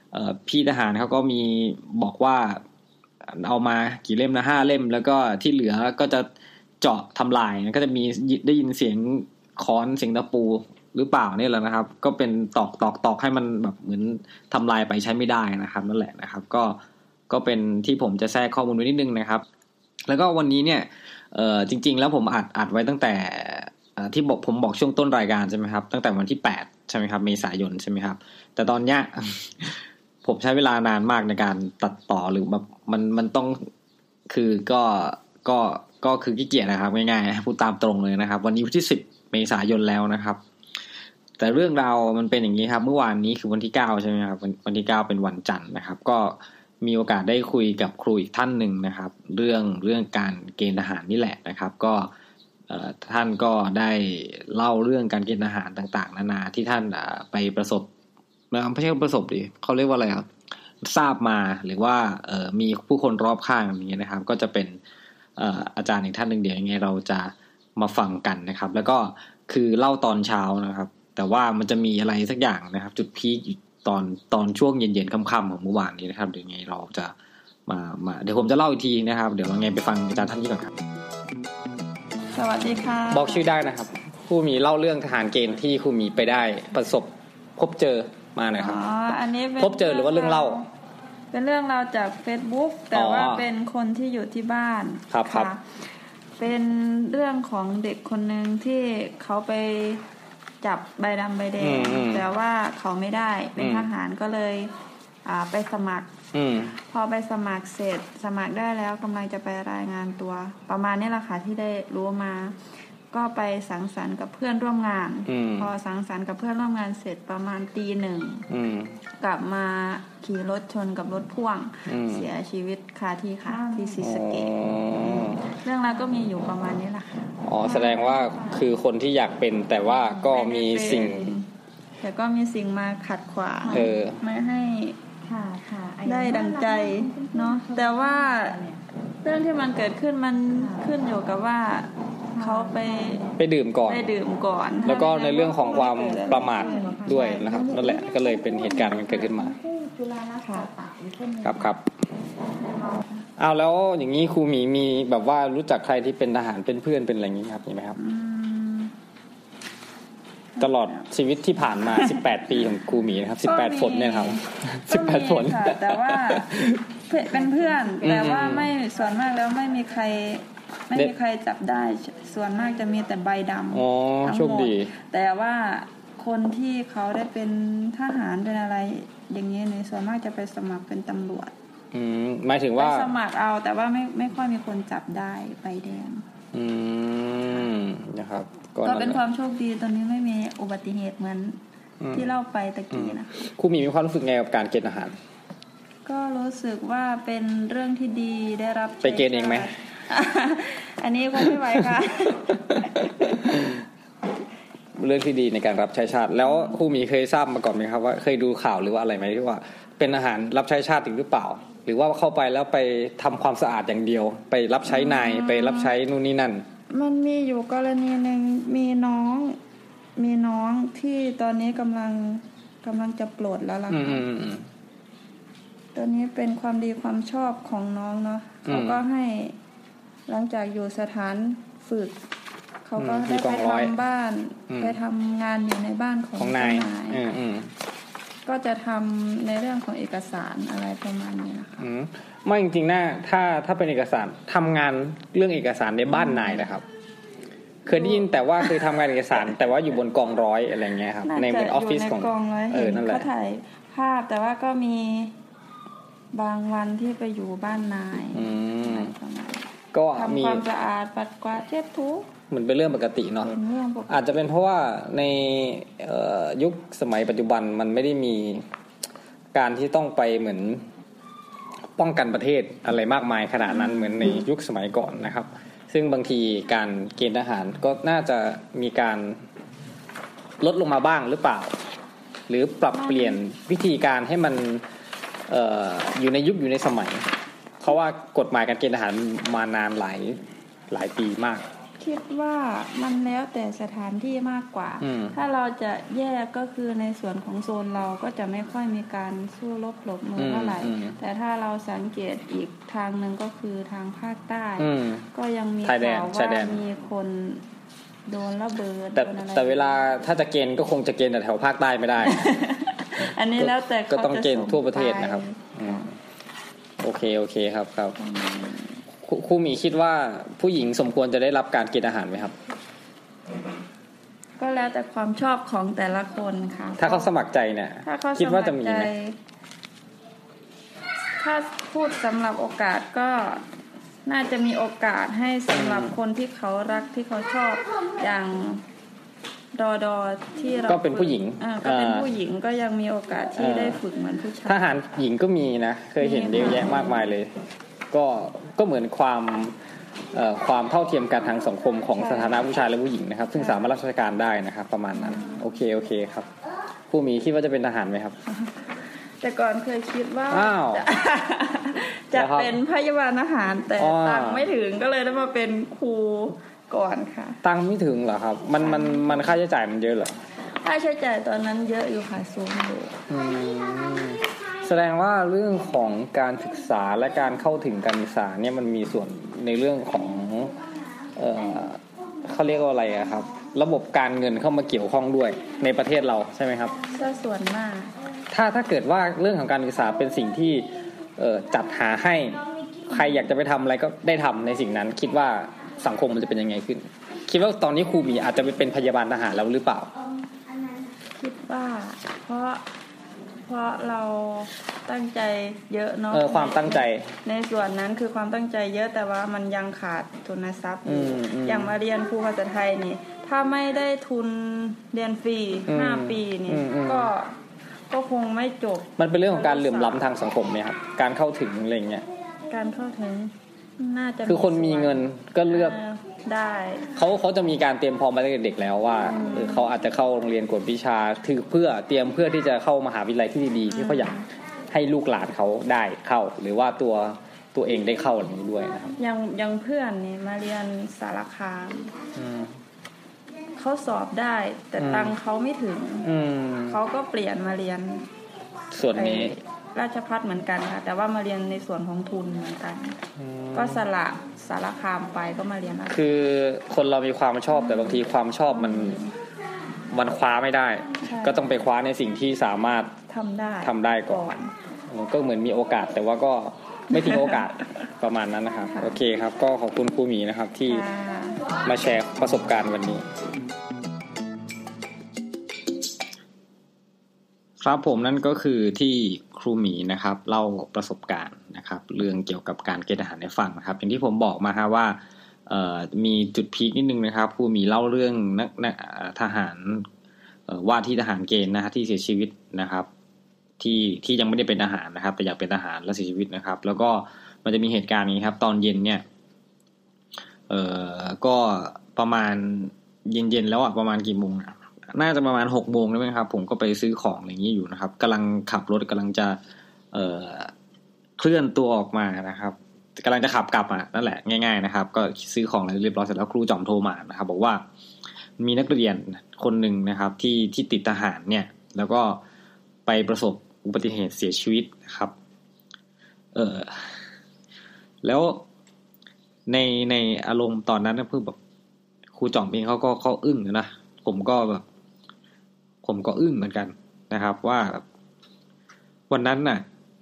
พี่ทหารเขาก็มีบอกว่าเอามากี่เล่มนะ5 เล่มแล้วก็ที่เหลือก็จะเจาะทำลายก็จะมีได้ยินเสียงค้อนเสียงตะปูหรือเปล่านี่แหละนะครับก็เป็นตอกให้มันแบบเหมือนทำลายไปใช้ไม่ได้นะครับนั่นแหละนะครับก็เป็นที่ผมจะแทรกข้อมูลไว้นิดนึงนะครับแล้วก็วันนี้เนี่ยจริงๆแล้วผมอัดไว้ตั้งแต่ที่ผมบอกช่วงต้นรายการใช่ไหมครับตั้งแต่วันที่8ใช่ไหมครับเมษายนใช่ไหมครับแต่ตอนเนี้ย ผมใช้เวลานานมากในการตัดต่อหรือแบบมันต้องคือก็คือขี้เกียจนะครับง่ายๆพูดตามตรงเลยนะครับวันนี้วันที่10 เมษายนแล้วนะครับแต่เรื่องราวมันเป็นอย่างนี้ครับเมื่อวานนี้คือวันที่9ใช่ไหมครับวันที่9เป็นวันจันทร์นะครับก็มีโอกาสได้คุยกับครูอีกท่านหนึ่งนะครับเรื่องการเกณฑ์ทหารนี่แหละนะครับก็ท่านก็ได้เล่าเรื่องการเกณฑ์ทหารต่างๆนานาที่ท่านไปประสบไม่ใช่ประสบดิเขาเรียกว่าอะไรครับทราบมาหรือว่ามีผู้คนรอบข้างอย่างเงี้ยนะครับก็จะเป็นอาจารย์อีกท่านหนึ่งเดี๋ยวยังไงเราจะมาฟังกันนะครับแล้วก็คือเล่าตอนเช้านะครับแต่ว่ามันจะมีอะไรสักอย่างนะครับจุดพีคตอนช่วงเย็นๆค่ำๆของเมื่อวานนี้นะครับเดี๋ยวยังไงเราจะมาเดี๋ยวผมจะเล่าอีกทีนะครับเดี๋ยวยังไงไปฟังอาจารย์ท่านนี้ก่อนครับสวัสดีค่ะบอกชื่อได้นะครับครูมีเล่าเรื่องทหารเกณฑ์ที่ครูมีไปได้ประสบพบเจอมาหน่อยครับอันนี้พบเจอหรือว่าเรื่องเล่าเป็นเรื่องเราจาก Facebook แต่ว่าเป็นคนที่อยู่ที่บ้านครับเป็นเรื่องของเด็กคนนึงที่เขาไปจับใบดำใบแดงแต่ว่าเขาไม่ได้เป็นทหารก็เลยไปสมัครพอไปสมัครเสร็จสมัครได้แล้วกำลังจะไปรายงานตัวประมาณนี้แหละค่ะที่ได้รู้มาก็ไปสังสรรค์กับเพื่อนร่วมงานพอสังสรรค์กับเพื่อนร่วมงานเสร็จประมาณ 01:00กลับมาขี่รถชนกับรถพ่วงเสียชีวิตคาที่ค่ะที่ศรีสะเกษเรื่องราวก็มีอยู่ประมาณนี้แหละค่ะแสดงว่าคือคนที่อยากเป็นแต่ว่าก็มีสิ่งแต่ก็มีสิ่งมาขัดขวางไม่ให้ได้ดังใจเนาะแต่ว่าเรื่องที่มันเกิดขึ้นมันขึ้นอยู่กับว่าเขาไปดื่มก่อนแล้วก็ในเรื่องของความประมาทด้วยนะครับนั่นแหละก็เลยเป็นเหตุการณ์มันเกิดขึ้นมาครับเอาแล้วอย่างนี้ครูมีแบบว่ารู้จักใครที่เป็นทหารเป็นเพื่อนเป็นอะไรอย่างนี้ครับมีไหมครับตลอดชีวิตที่ผ่านมา18 ปีของครูหมีนะครับ18 ฝนเนี่ยครับ18 ฝนแต่ว่าเป็นเพื่อนแต่ว่าไม่ส่วนมากแล้วไม่มีใครจับได้ส่วนมากจะมีแต่ใบดำทั้งหมดแต่ว่าคนที่เขาได้เป็นทหารเป็นอะไรอย่างนี้ในส่วนมากจะไปสมัครเป็นตำรวจหมายถึงว่าไปสมัครเอาแต่ว่าไม่ค่อยมีคนจับได้ใบแดงนะครับก็เป็นความโชคดีตอนนี้ไม่มีอุบัติเหตุเหมือนที่เล่าไปตะกี้นะครูมีความรู้สึกไงกับการเกณฑ์ทหารก็รู้สึกว่าเป็นเรื่องที่ดีได้รับไปเกณฑ์เองไหมอันนี้คงไม่ไหวค่ะเรื่องที่ดีในการรับใช้ชาติแล้วครูมีเคยทราบมาก่อนไหมครับว่าเคยดูข่าวหรือว่าอะไรไหมที่ว่าเป็นทหารรับใช้ชาติหรือเปล่าหรือว่าเข้าไปแล้วไปทำความสะอาดอย่างเดียวไปรับใช้นายไปรับใช้นู่นนี่นั่นมันมีอยู่กรณีนึงมีน้องที่ตอนนี้กำลังจะปลดแล้วล่ะค่ะตอนนี้เป็นความดีความชอบของน้องเนาะเขาก็ให้หลังจากอยู่สถานฝึกเขาก็ได้ไปทำบ้านไปทำงานอยู่ในบ้านของนายก็จะทำในเรื่องของเอกสารอะไรประมาณนี้นะคะไม่จริงๆนะถ้าเป็นเอกสารทำงานเรื่องเอกสารในบ้านนายนะครับเคยได้ยินแต่ว่าเคยทำงานเอกสารแต่ว่าอยู่บนกองร้อยอะไรเงี้ยครับในออฟฟิศของนั่นแหละเขาถ่ายภาพแต่ว่าก็มีบางวันที่ไปอยู่บ้านนายก็ทำความสะอาดปัดกวาดเช็ดถูเหมือนเป็นเรื่องปกติเนาะอาจจะเป็นเพราะว่าในยุคสมัยปัจจุบันมันไม่ได้มีการที่ต้องไปเหมือนป้องกันประเทศอะไรมากมายขนาดนั้นเหมือนในยุคสมัยก่อนนะครับซึ่งบางทีการเกณฑ์ทหารก็น่าจะมีการลดลงมาบ้างหรือเปล่าหรือปรับเปลี่ยนวิธีการให้มันอยู่ในยุคอยู่ในสมัยเพราะว่ากฎหมายการเกณฑ์ทหารมานานหลายปีมากคิดว่ามันแล้วแต่สถานที่มากกว่าถ้าเราจะแยกก็คือในส่วนของโซนเราก็จะไม่ค่อยมีการสู้รบหลบมือเท่าไหร่แต่ถ้าเราสังเกตอีกทางนึงก็คือทางภาคใต้ก็ยังมีข่าวว่ามีคนโดนระเบิดแต่เวลาถ้าจะเกณฑ์ก็คงจะเกณฑ์แต่แถวภาคใต้ไม่ได้อันนี้แล้วแต่ก็ต้องเกณฑ์ทั่วประเทศนะครับโอเคครับครูหมีคิดว่าผู้หญิงสมควรจะได้รับการเกณฑ์อาหารไหมครับก็แล้วแต่ความชอบของแต่ละคนค่ะถ้าเขาสมัครใจเนี่ยคิดว่าจะมีไหมถ้าพูดสำหรับโอกาสก็น่าจะมีโอกาสให้สำหรับคนที่เขารักที่เขาชอบอย่างดอที่เราก็เป็นผู้หญิงก็เป็นผู้หญิงก็ยังมีโอกาสที่ได้ฝึกเหมือนผู้ชายทหารหญิงก็มีนะเคยเห็นเยอะแยะมากมายเลยก็เหมือนความเท่าเทียมกันทางสังคมของสถานะผู้ชายและผู้หญิงนะครับซึ่งสามารถรับราชการได้นะครับประมาณนั้นโอเคครับผู้มีคิดว่าจะเป็นทหารไหมครับแต่ก่อนเคยคิดว่าจะเป็นพยาบาลทหารแต่ตังไม่ถึงก็เลยได้มาเป็นครูก่อนค่ะตังไม่ถึงเหรอครับมันค่าใช้จ่ายมันเยอะเหรอค่าใช้จ่ายตอนนั้นเยอะอยู่ค่ะสูงอยู่แสดงว่าเรื่องของการศึกษาและการเข้าถึงการศึกษาเนี่ยมันมีส่วนในเรื่องของเขาเรียกว่าอะไรอะครับระบบการเงินเข้ามาเกี่ยวข้องด้วยในประเทศเราใช่ไหมครับก็ส่วนมากถ้าเกิดว่าเรื่องของการศึกษาเป็นสิ่งที่จัดหาให้ใครอยากจะไปทำอะไรก็ได้ทำในสิ่งนั้นคิดว่าสังคมมันจะเป็นยังไงขึ้นคิดว่าตอนนี้ครูหมีอาจจะไปเป็นพยาบาลทหารแล้วหรือเปล่าคิดว่าเพราะเราตั้งใจเยอะเนาะความตั้งใจในส่วนนั้นคือความตั้งใจเยอะแต่ว่ามันยังขาดทุนทรัพย์อยู่อย่างมาเรียนครูภาษาไทยนี่ถ้าไม่ได้ทุนเรียนฟรี5 ปีนี่ก็คงไม่จบมันเป็นเรื่องของการเหลื่อมล้ำทางสังคมไหมครับการเข้าถึงอะไรเงี้ยการเข้าถึงน่าจะคือคนมีเงินก็เลือกได้เขาจะมีการเตรียมพร้อมมาตั้งแต่เด็กแล้วว่าเขาอาจจะเข้าโรงเรียนกวดวิชาเพื่อที่จะเข้ามหาวิทยาลัยที่ดีๆที่เขาอยากให้ลูกหลานเขาได้เข้าหรือว่าตัวเองได้เข้าอะไรนี้ด้วยนะครับยังเพื่อนนี่มาเรียนสารคามเขาสอบได้แต่ตังเขาไม่ถึงเขาก็เปลี่ยนมาเรียนส่วนนี้ราชภัฏเหมือนกันค่ะแต่ว่ามาเรียนในส่วนของทุนเหมือนกันก็สละสารคามไปก็มาเรียนคือคนเรามีความชอบแต่บางทีความชอบมันคว้าไม่ได้ก็ต้องไปคว้าในสิ่งที่สามารถทำได้ก่อนก็เหมือนมีโอกาสแต่ว่าก็ไม่ทิ้งโอกาสประมาณนั้นนะครับโอเคครับก็ขอบคุณครูหมีนะครับที่มาแชร์ประสบการณ์วันนี้ครับผมนั่นก็คือที่ครูหมีนะครับเล่าประสบการณ์นะครับเรื่องเกี่ยวกับการเกณฑ์ทหารให้ฟังนะครับอย่างที่ผมบอกมาว่ามีจุดพีคนิดนึงนะครับครูหมีเล่าเรื่องนักทหารว่าที่ทหารเกณฑ์นะฮะที่เสียชีวิตนะครับที่ยังไม่ได้เป็นทหารนะครับแต่อยากเป็นทหารและเสียชีวิตนะครับแล้วก็มันจะมีเหตุการณ์นี้ครับตอนเย็นเนี่ยก็ประมาณเย็นๆแล้วอ่ะประมาณกี่โมงน่าจะประมาณ 6 โมงได้มั้ยครับผมก็ไปซื้อของอะไรอย่างนี้อยู่นะครับกำลังขับรถกำลังจะเคลื่อนตัวออกมานะครับกำลังจะขับกลับนั่นแหละง่ายๆนะครับก็ซื้อของอะไรเรียบร้อยเสร็จแล้วครูจอมโทรมานะครับบอกว่ามีนักเรียนคนนึงนะครับที่ติดทหารเนี่ยแล้วก็ไปประสบอุบัติเหตุเสียชีวิตนะครับแล้วในอารมณ์ตอนนั้นนะเพื่อแบบครูจอมเองเขาอึ้งนะผมก็อึ้งเหมือนกันนะครับว่าวันนั้นน่ะ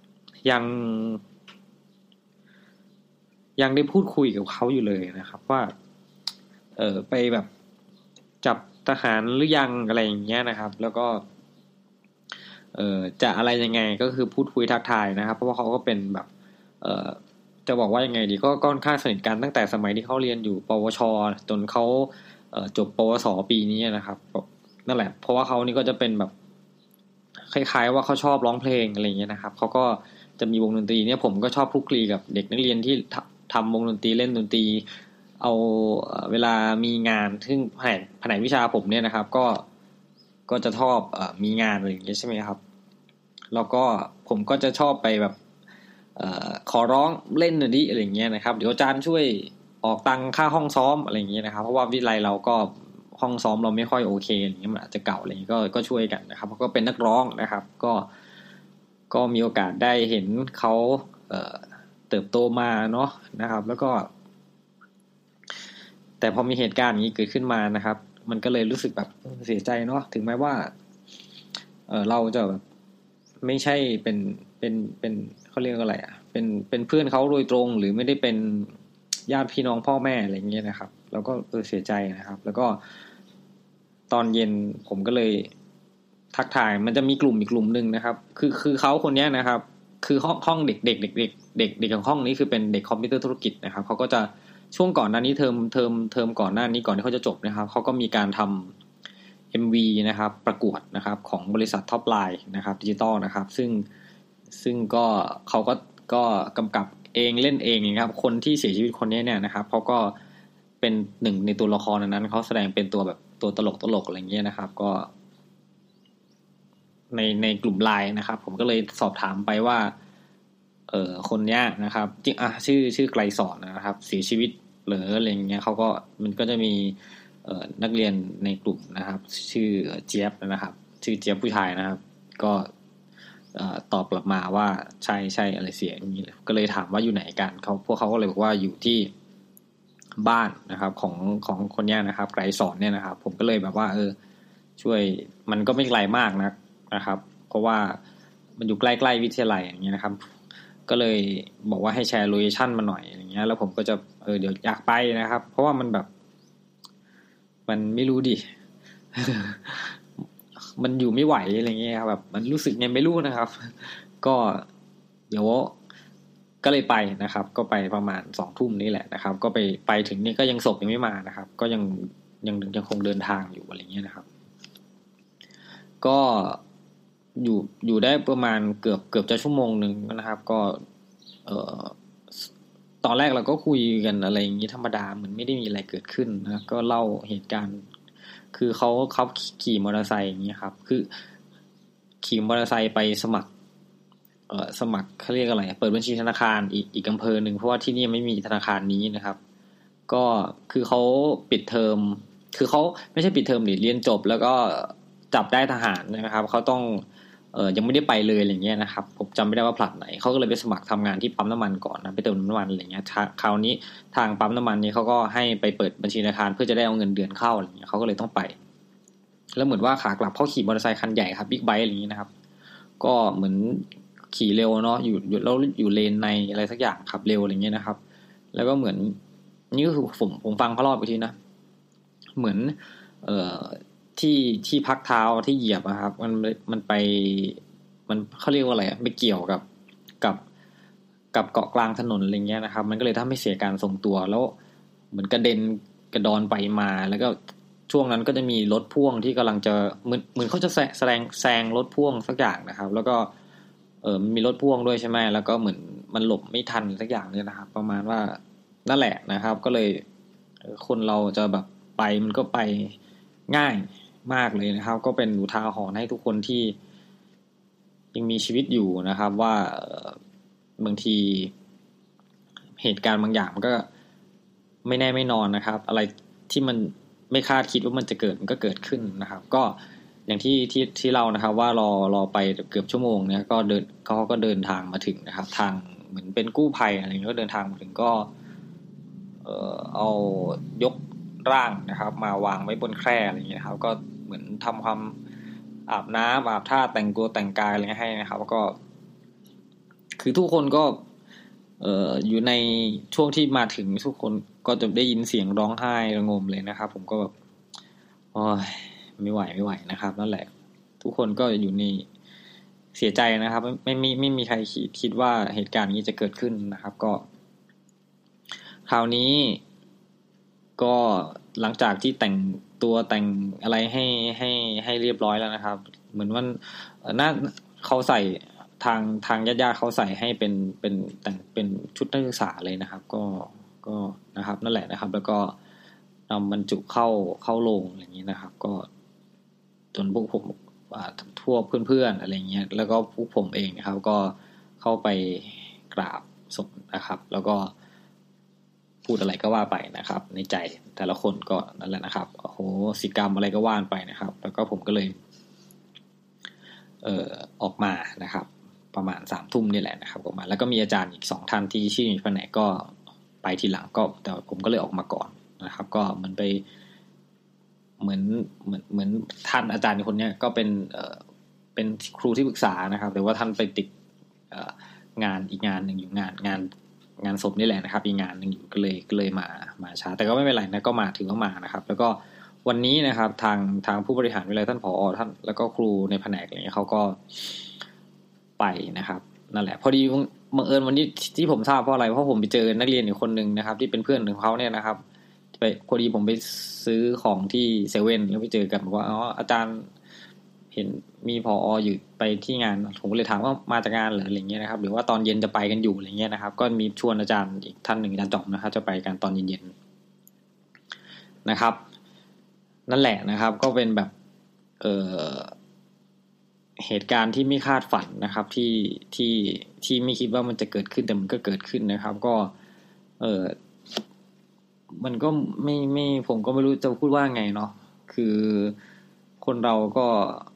ยังได้พูดคุยกับเขาอยู่เลยนะครับว่าไปแบบจับทหารหรือยังอะไรอย่างเงี้ยนะครับแล้วก็จะอะไรยังไงก็คือพูดคุยทักทายนะครับเพราะว่าเขาก็เป็นแบบจะบอกว่ายังไงดีก็ค่อนข้างสนิทกันตั้งแต่สมัยที่เขาเรียนอยู่ปวชจนเขาจบปวสปีนี้นะครับนั่นแหละเพราะว่าเขานี่ก็จะเป็นแบบคล้ายๆว่าเขาชอบร้องเพลงอะไรอย่างเงี้ยนะครับเขาก็จะมีวงดนตรีเนี่ยผมก็ชอบคลุกคลีกับเด็กนักเรียนที่ทำวงดนตรีเล่นดนตรีเอาเวลามีงานซึ่งแผนกวิชาผมเนี่ยนะครับก็จะชอบมีงานอะไรอย่างเงี้ยใช่ไหมครับแล้วก็ผมก็จะชอบไปแบบขอร้องเล่นหน่อยดิอะไรอย่างเงี้ยนะครับเดี๋ยวอาจารย์ช่วยออกตังค่าห้องซ้อมอะไรอย่างเงี้ยนะครับเพราะว่าวิทยาลัยเราก็ห้องซ้อมเราไม่ค่อยโอเคอย่างเงี้ยมันอาจจะเก่าอะไรอย่างเงี้ยก็ช่วยกันนะครับเพราะก็เป็นนักร้องนะครับก็มีโอกาสได้เห็นเขาเติบโตมาเนาะนะครับแล้วก็แต่พอมีเหตุการณ์อย่างนี้เกิดขึ้นมานะครับมันก็เลยรู้สึกแบบเสียใจเนาะถึงแม้ว่าเราจะแบบไม่ใช่เป็นเขาเรียกอะไรอ่ะเป็นเพื่อนเขาโดยตรงหรือไม่ได้เป็นญาติพี่น้องพ่อแม่อะไรอย่างเงี้ยนะครับแล้วก็เสียใจนะครับแล้วก็ตอนเย็นผมก็เลยทักทายมันจะมีกลุ่มอีกกลุ่มนึงนะครับคือเขาคนนี้นะครับคือห้องเด็กของห้องนี้คือเป็นเด็กคอมพิวเตอร์ธุรกิจนะครับเขาก็จะช่วงก่อนหน้านี้เทอมก่อนหน้านี้ก่อนที่เขาจะจบนะครับเขาก็มีการทำ MV นะครับประกวดนะครับของบริษัทท็อปไลน์นะครับดิจิตอลนะครับซึ่งก็เขาก็กำกับเองเล่นเองนะครับคนที่เสียชีวิตคนนี้เนี่ยนะครับเขาก็เป็นหนึ่งในตัวละครนั้นเขาแสดงเป็นตัวแบบตัวตลกอะไรเงี้ยนะครับก็ในกลุ่มไลน์นะครับผมก็เลยสอบถามไปว่าคนเนี้ยนะครับจริงชื่อไกลสอนนะครับเสียชีวิตหรืออะไรเงี้ยเขาก็มันก็จะมีนักเรียนในกลุ่มนะครับชื่อเจี๊ยบนะครับชื่อเจี๊ยบผู้ชายนะครับก็ตอบกลับมาว่าใช่อะไรเสียอย่างนี้ก็เลยถามว่าอยู่ไหนกันพวกเขาก็เลยบอกว่าอยู่ที่บ้านนะครับของคนนี้นะครับไกลสอนเนี่ยนะครับผมก็เลยแบบว่าช่วยมันก็ไม่ไกลมากนะครับเพราะว่ามันอยู่ใกล้ๆวิทยาลัยอย่างเงี้ยนะครับก็เลยบอกว่าให้แชร์โลเคชั่นมาหน่อยอย่างเงี้ยแล้วผมก็จะเดี๋ยวอยากไปนะครับเพราะว่ามันแบบมันไม่รู้ดิ มันอยู่ไม่ไหวอะไรเงี้ยครับแบบมันรู้สึกไงไม่รู้นะครับก็เดี๋ยวก็เลยไปนะครับก็ไปประมาณ 20:00 นนี่แหละนะครับก็ไปถึงนี่ก็ยังศพยังไม่มานะครับก็ยังคงเดินทางอยู่อะไรเงี้ยนะครับก็อยู่ได้ประมาณเกือบจะชั่วโมงนึงนะครับก็ตอนแรกเราก็คุยกันอะไรอย่างงี้ธรรมดาเหมือนไม่ได้มีอะไรเกิดขึ้นนะก็เล่าเหตุการณ์คือเขาขี่มอเตอร์ไซค์อย่างเงี้ยครับคือขี่มอเตอร์ไซค์ไปสมัครเขาเรียกอะไรเปิดบัญชีธนาคารอีกอำเภอหนึ่งเพราะว่าที่นี่ไม่มีธนาคารนี้นะครับก็คือเขาปิดเทอมคือเขาไม่ใช่ปิดเทอมหรือเรียนจบแล้วก็จับได้ทหารนะครับเขาต้องยังไม่ได้ไปเลยอะไรเงี้ยนะครับผมจำไม่ได้ว่าผลัดไหนเขาก็เลยไปสมัครทำงานที่ปั๊มน้ำมันก่อนนะไปเติมน้ำมันอะไรเงี้ยคราวนี้ทางปั๊มน้ำมันนี้เขาก็ให้ไปเปิดบัญชีธนาคารเพื่อจะได้เอาเงินเดือนเข้าอะไรเงี้ยเขาก็เลยต้องไปแล้วเหมือนว่าขากลับเขาขี่มอเตอร์ไซค์คันใหญ่ครับบิ๊กไบค์อะไรอย่างนี้นะครับก็เหมือนขี่เร็วเนาะแล้วอยู่เลนในอะไรสักอย่างขับเร็วอะไรเงี้ยนะครับแล้วก็เหมือนนี่ก็คือผมฟังเขาเล่าไปทีนะเหมือนที่พักเท้าที่เหยียบนะครับมันไปมันเขาเรียกว่าอะไรไปเกี่ยวกับเกาะกลางถนนอะไรเงี้ยนะครับมันก็เลยทำให้เสียการทรงตัวแล้วเหมือนกระเด็นกระดอนไปมาแล้วก็ช่วงนั้นก็จะมีรถพ่วงที่กำลังจะเหมือนเขาจะแซงรถพ่วงสักอย่างนะครับแล้วก็มีรถพ่วงด้วยใช่ไหมแล้วก็เหมือนมันหลบไม่ทันสักอย่างเลยนะครับประมาณว่านั่นแหละนะครับก็เลยคนเราจะแบบไปมันก็ไปง่ายมากเลยนะครับก็เป็นอุทาหรณ์ให้ทุกคนที่ยังมีชีวิตอยู่นะครับว่าบางทีเหตุการณ์บางอย่างมันก็ไม่แน่ไม่นอนนะครับอะไรที่มันไม่คาดคิดว่ามันจะเกิดมันก็เกิดขึ้นนะครับก็อย่างที่เรานะครับว่ารอไปเกือบชั่วโมงเนี่ยก็เขาก็เดินทางมาถึงนะครับทางเหมือนเป็นกู้ภัยอะไรเงี้ยก็เดินทางมาถึงก็เอายกร่างนะครับมาวางไว้บนแคร่อะไรเงี้ยครับก็เหมือนทำความอาบน้ำอาบท่าแต่งตัวแต่งกายอะไรเงี้ยให้นะครับแล้วก็คือทุกคนก็อยู่ในช่วงที่มาถึงทุกคนก็จะได้ยินเสียงร้องไห้ระงมเลยนะครับผมก็แบบโอ้ยไม่ไหวนะครับนั่นแหละทุกคนก็อยู่ในเสียใจนะครับไม่มีใครคิดว่าเหตุการณ์นี้จะเกิดขึ้นนะครับก็คราวนี้ก็หลังจากที่แต่งตัวแต่งอะไรให้เรียบร้อยแล้วนะครับเหมือนว่าเขาใส่ทางญาติเขาใส่ให้เป็นแต่งเป็นชุดนักศึกษาเลยนะครับก็นะครับนั่นแหละนะครับแล้วก็นำบรรจุเข้าโรงอย่างนี้นะครับก็จนพวกผมทั่วเพื่อนๆอะไรเงี้ยแล้วก็พวกผมเองนะครับก็เข้าไปกราบศพนะครับแล้วก็พูดอะไรก็ว่าไปนะครับในใจแต่ละคนก็นั่นแหละนะครับโอ้โหสิกรรมอะไรก็ว่านไปนะครับแล้วก็ผมก็เลยออกมานะครับประมาณ 3:00 นนี่แหละนะครับออกมาแล้วก็มีอาจารย์อีก2ท่านที่ชื่อแผนกก็ไปทีหลังก็แต่ผมก็เลยออกมาก่อนนะครับก็เหมือนไปเหมือนท่านอาจารย์คนนี้ก็เป็นครูที่ปรึกษานะครับแต่ว่าท่านไปติดงานอีกงานหนึ่งอยู่งานศพนี่แหละนะครับอีกงานหนึ่งอยู่ก็เลยมาช้าแต่ก็ไม่เป็นไรนะก็มาถึงก็มานะครับแล้วก็วันนี้นะครับทางผู้บริหารวิทยาลัยท่านผอ.ท่านแล้วก็ครูในแผนกอะไรเงี้ยเขาก็ไปนะครับนั่นแหละพอดีบังเอิญวันนี้ที่ผมทราบเพราะอะไรเพราะผมไปเจอนักเรียนอยู่คนนึงนะครับที่เป็นเพื่อนของเขาเนี่ยนะครับไปพอดีผมไปซื้อของที่เซเว่นแล้วไปเจอกันบอกว่าอ๋ออาจารย์เห็นมีผอ.อยู่ไปที่งานผมก็เลยถามว่ามาจากงานเหรออะไรเงี้ยนะครับหรือว่าตอนเย็นจะไปกันอยู่อะไรเงี้ยนะครับก็มีชวนอาจารย์อีกท่านหนึ่งอาจารย์จอมนะครับจะไปกันตอนเย็นๆนะครับนั่นแหละนะครับก็เป็นแบบเหตุการณ์ที่ไม่คาดฝันนะครับที่ไม่คิดว่ามันจะเกิดขึ้นแต่มันก็เกิดขึ้นนะครับก็มันก็ไม่ผมก็ไม่รู้จะพูดว่าไงเนาะคือคนเราก็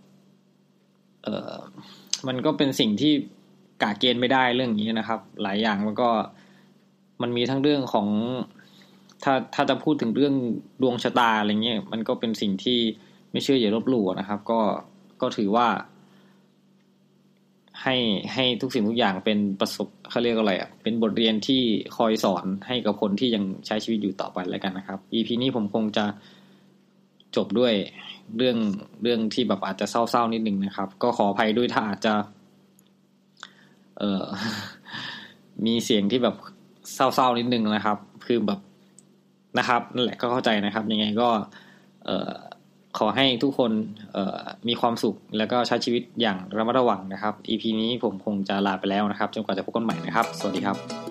มันก็เป็นสิ่งที่กะเกณฑ์ไม่ได้เรื่องนี้นะครับหลายอย่างมันมีทั้งเรื่องของถ้าจะพูดถึงเรื่องดวงชะตาอะไรเงี้ยมันก็เป็นสิ่งที่ไม่เชื่ออย่าลบหลู่นะครับก็ถือว่าให้ทุกสิ่งทุกอย่างเป็นประสบเขาเรียกอะไรเป็นบทเรียนที่คอยสอนให้กับคนที่ยังใช้ชีวิตอยู่ต่อไปแล้วกันนะครับ EP นี้ผมคงจะจบด้วยเรื่องที่แบบอาจจะเศร้าๆนิดนึงนะครับก็ขออภัยด้วยถ้าอาจจะมีเสียงที่แบบเศร้าๆนิดนึงนะครับคือแบบนะครับนั่นแหละก็เข้าใจนะครับยังไงก็ขอให้ทุกคนมีความสุขแล้วก็ใช้ชีวิตอย่างระมัดระวังนะครับ EP นี้ผมคงจะลาไปแล้วนะครับจนกว่าจะพบกันใหม่นะครับสวัสดีครับ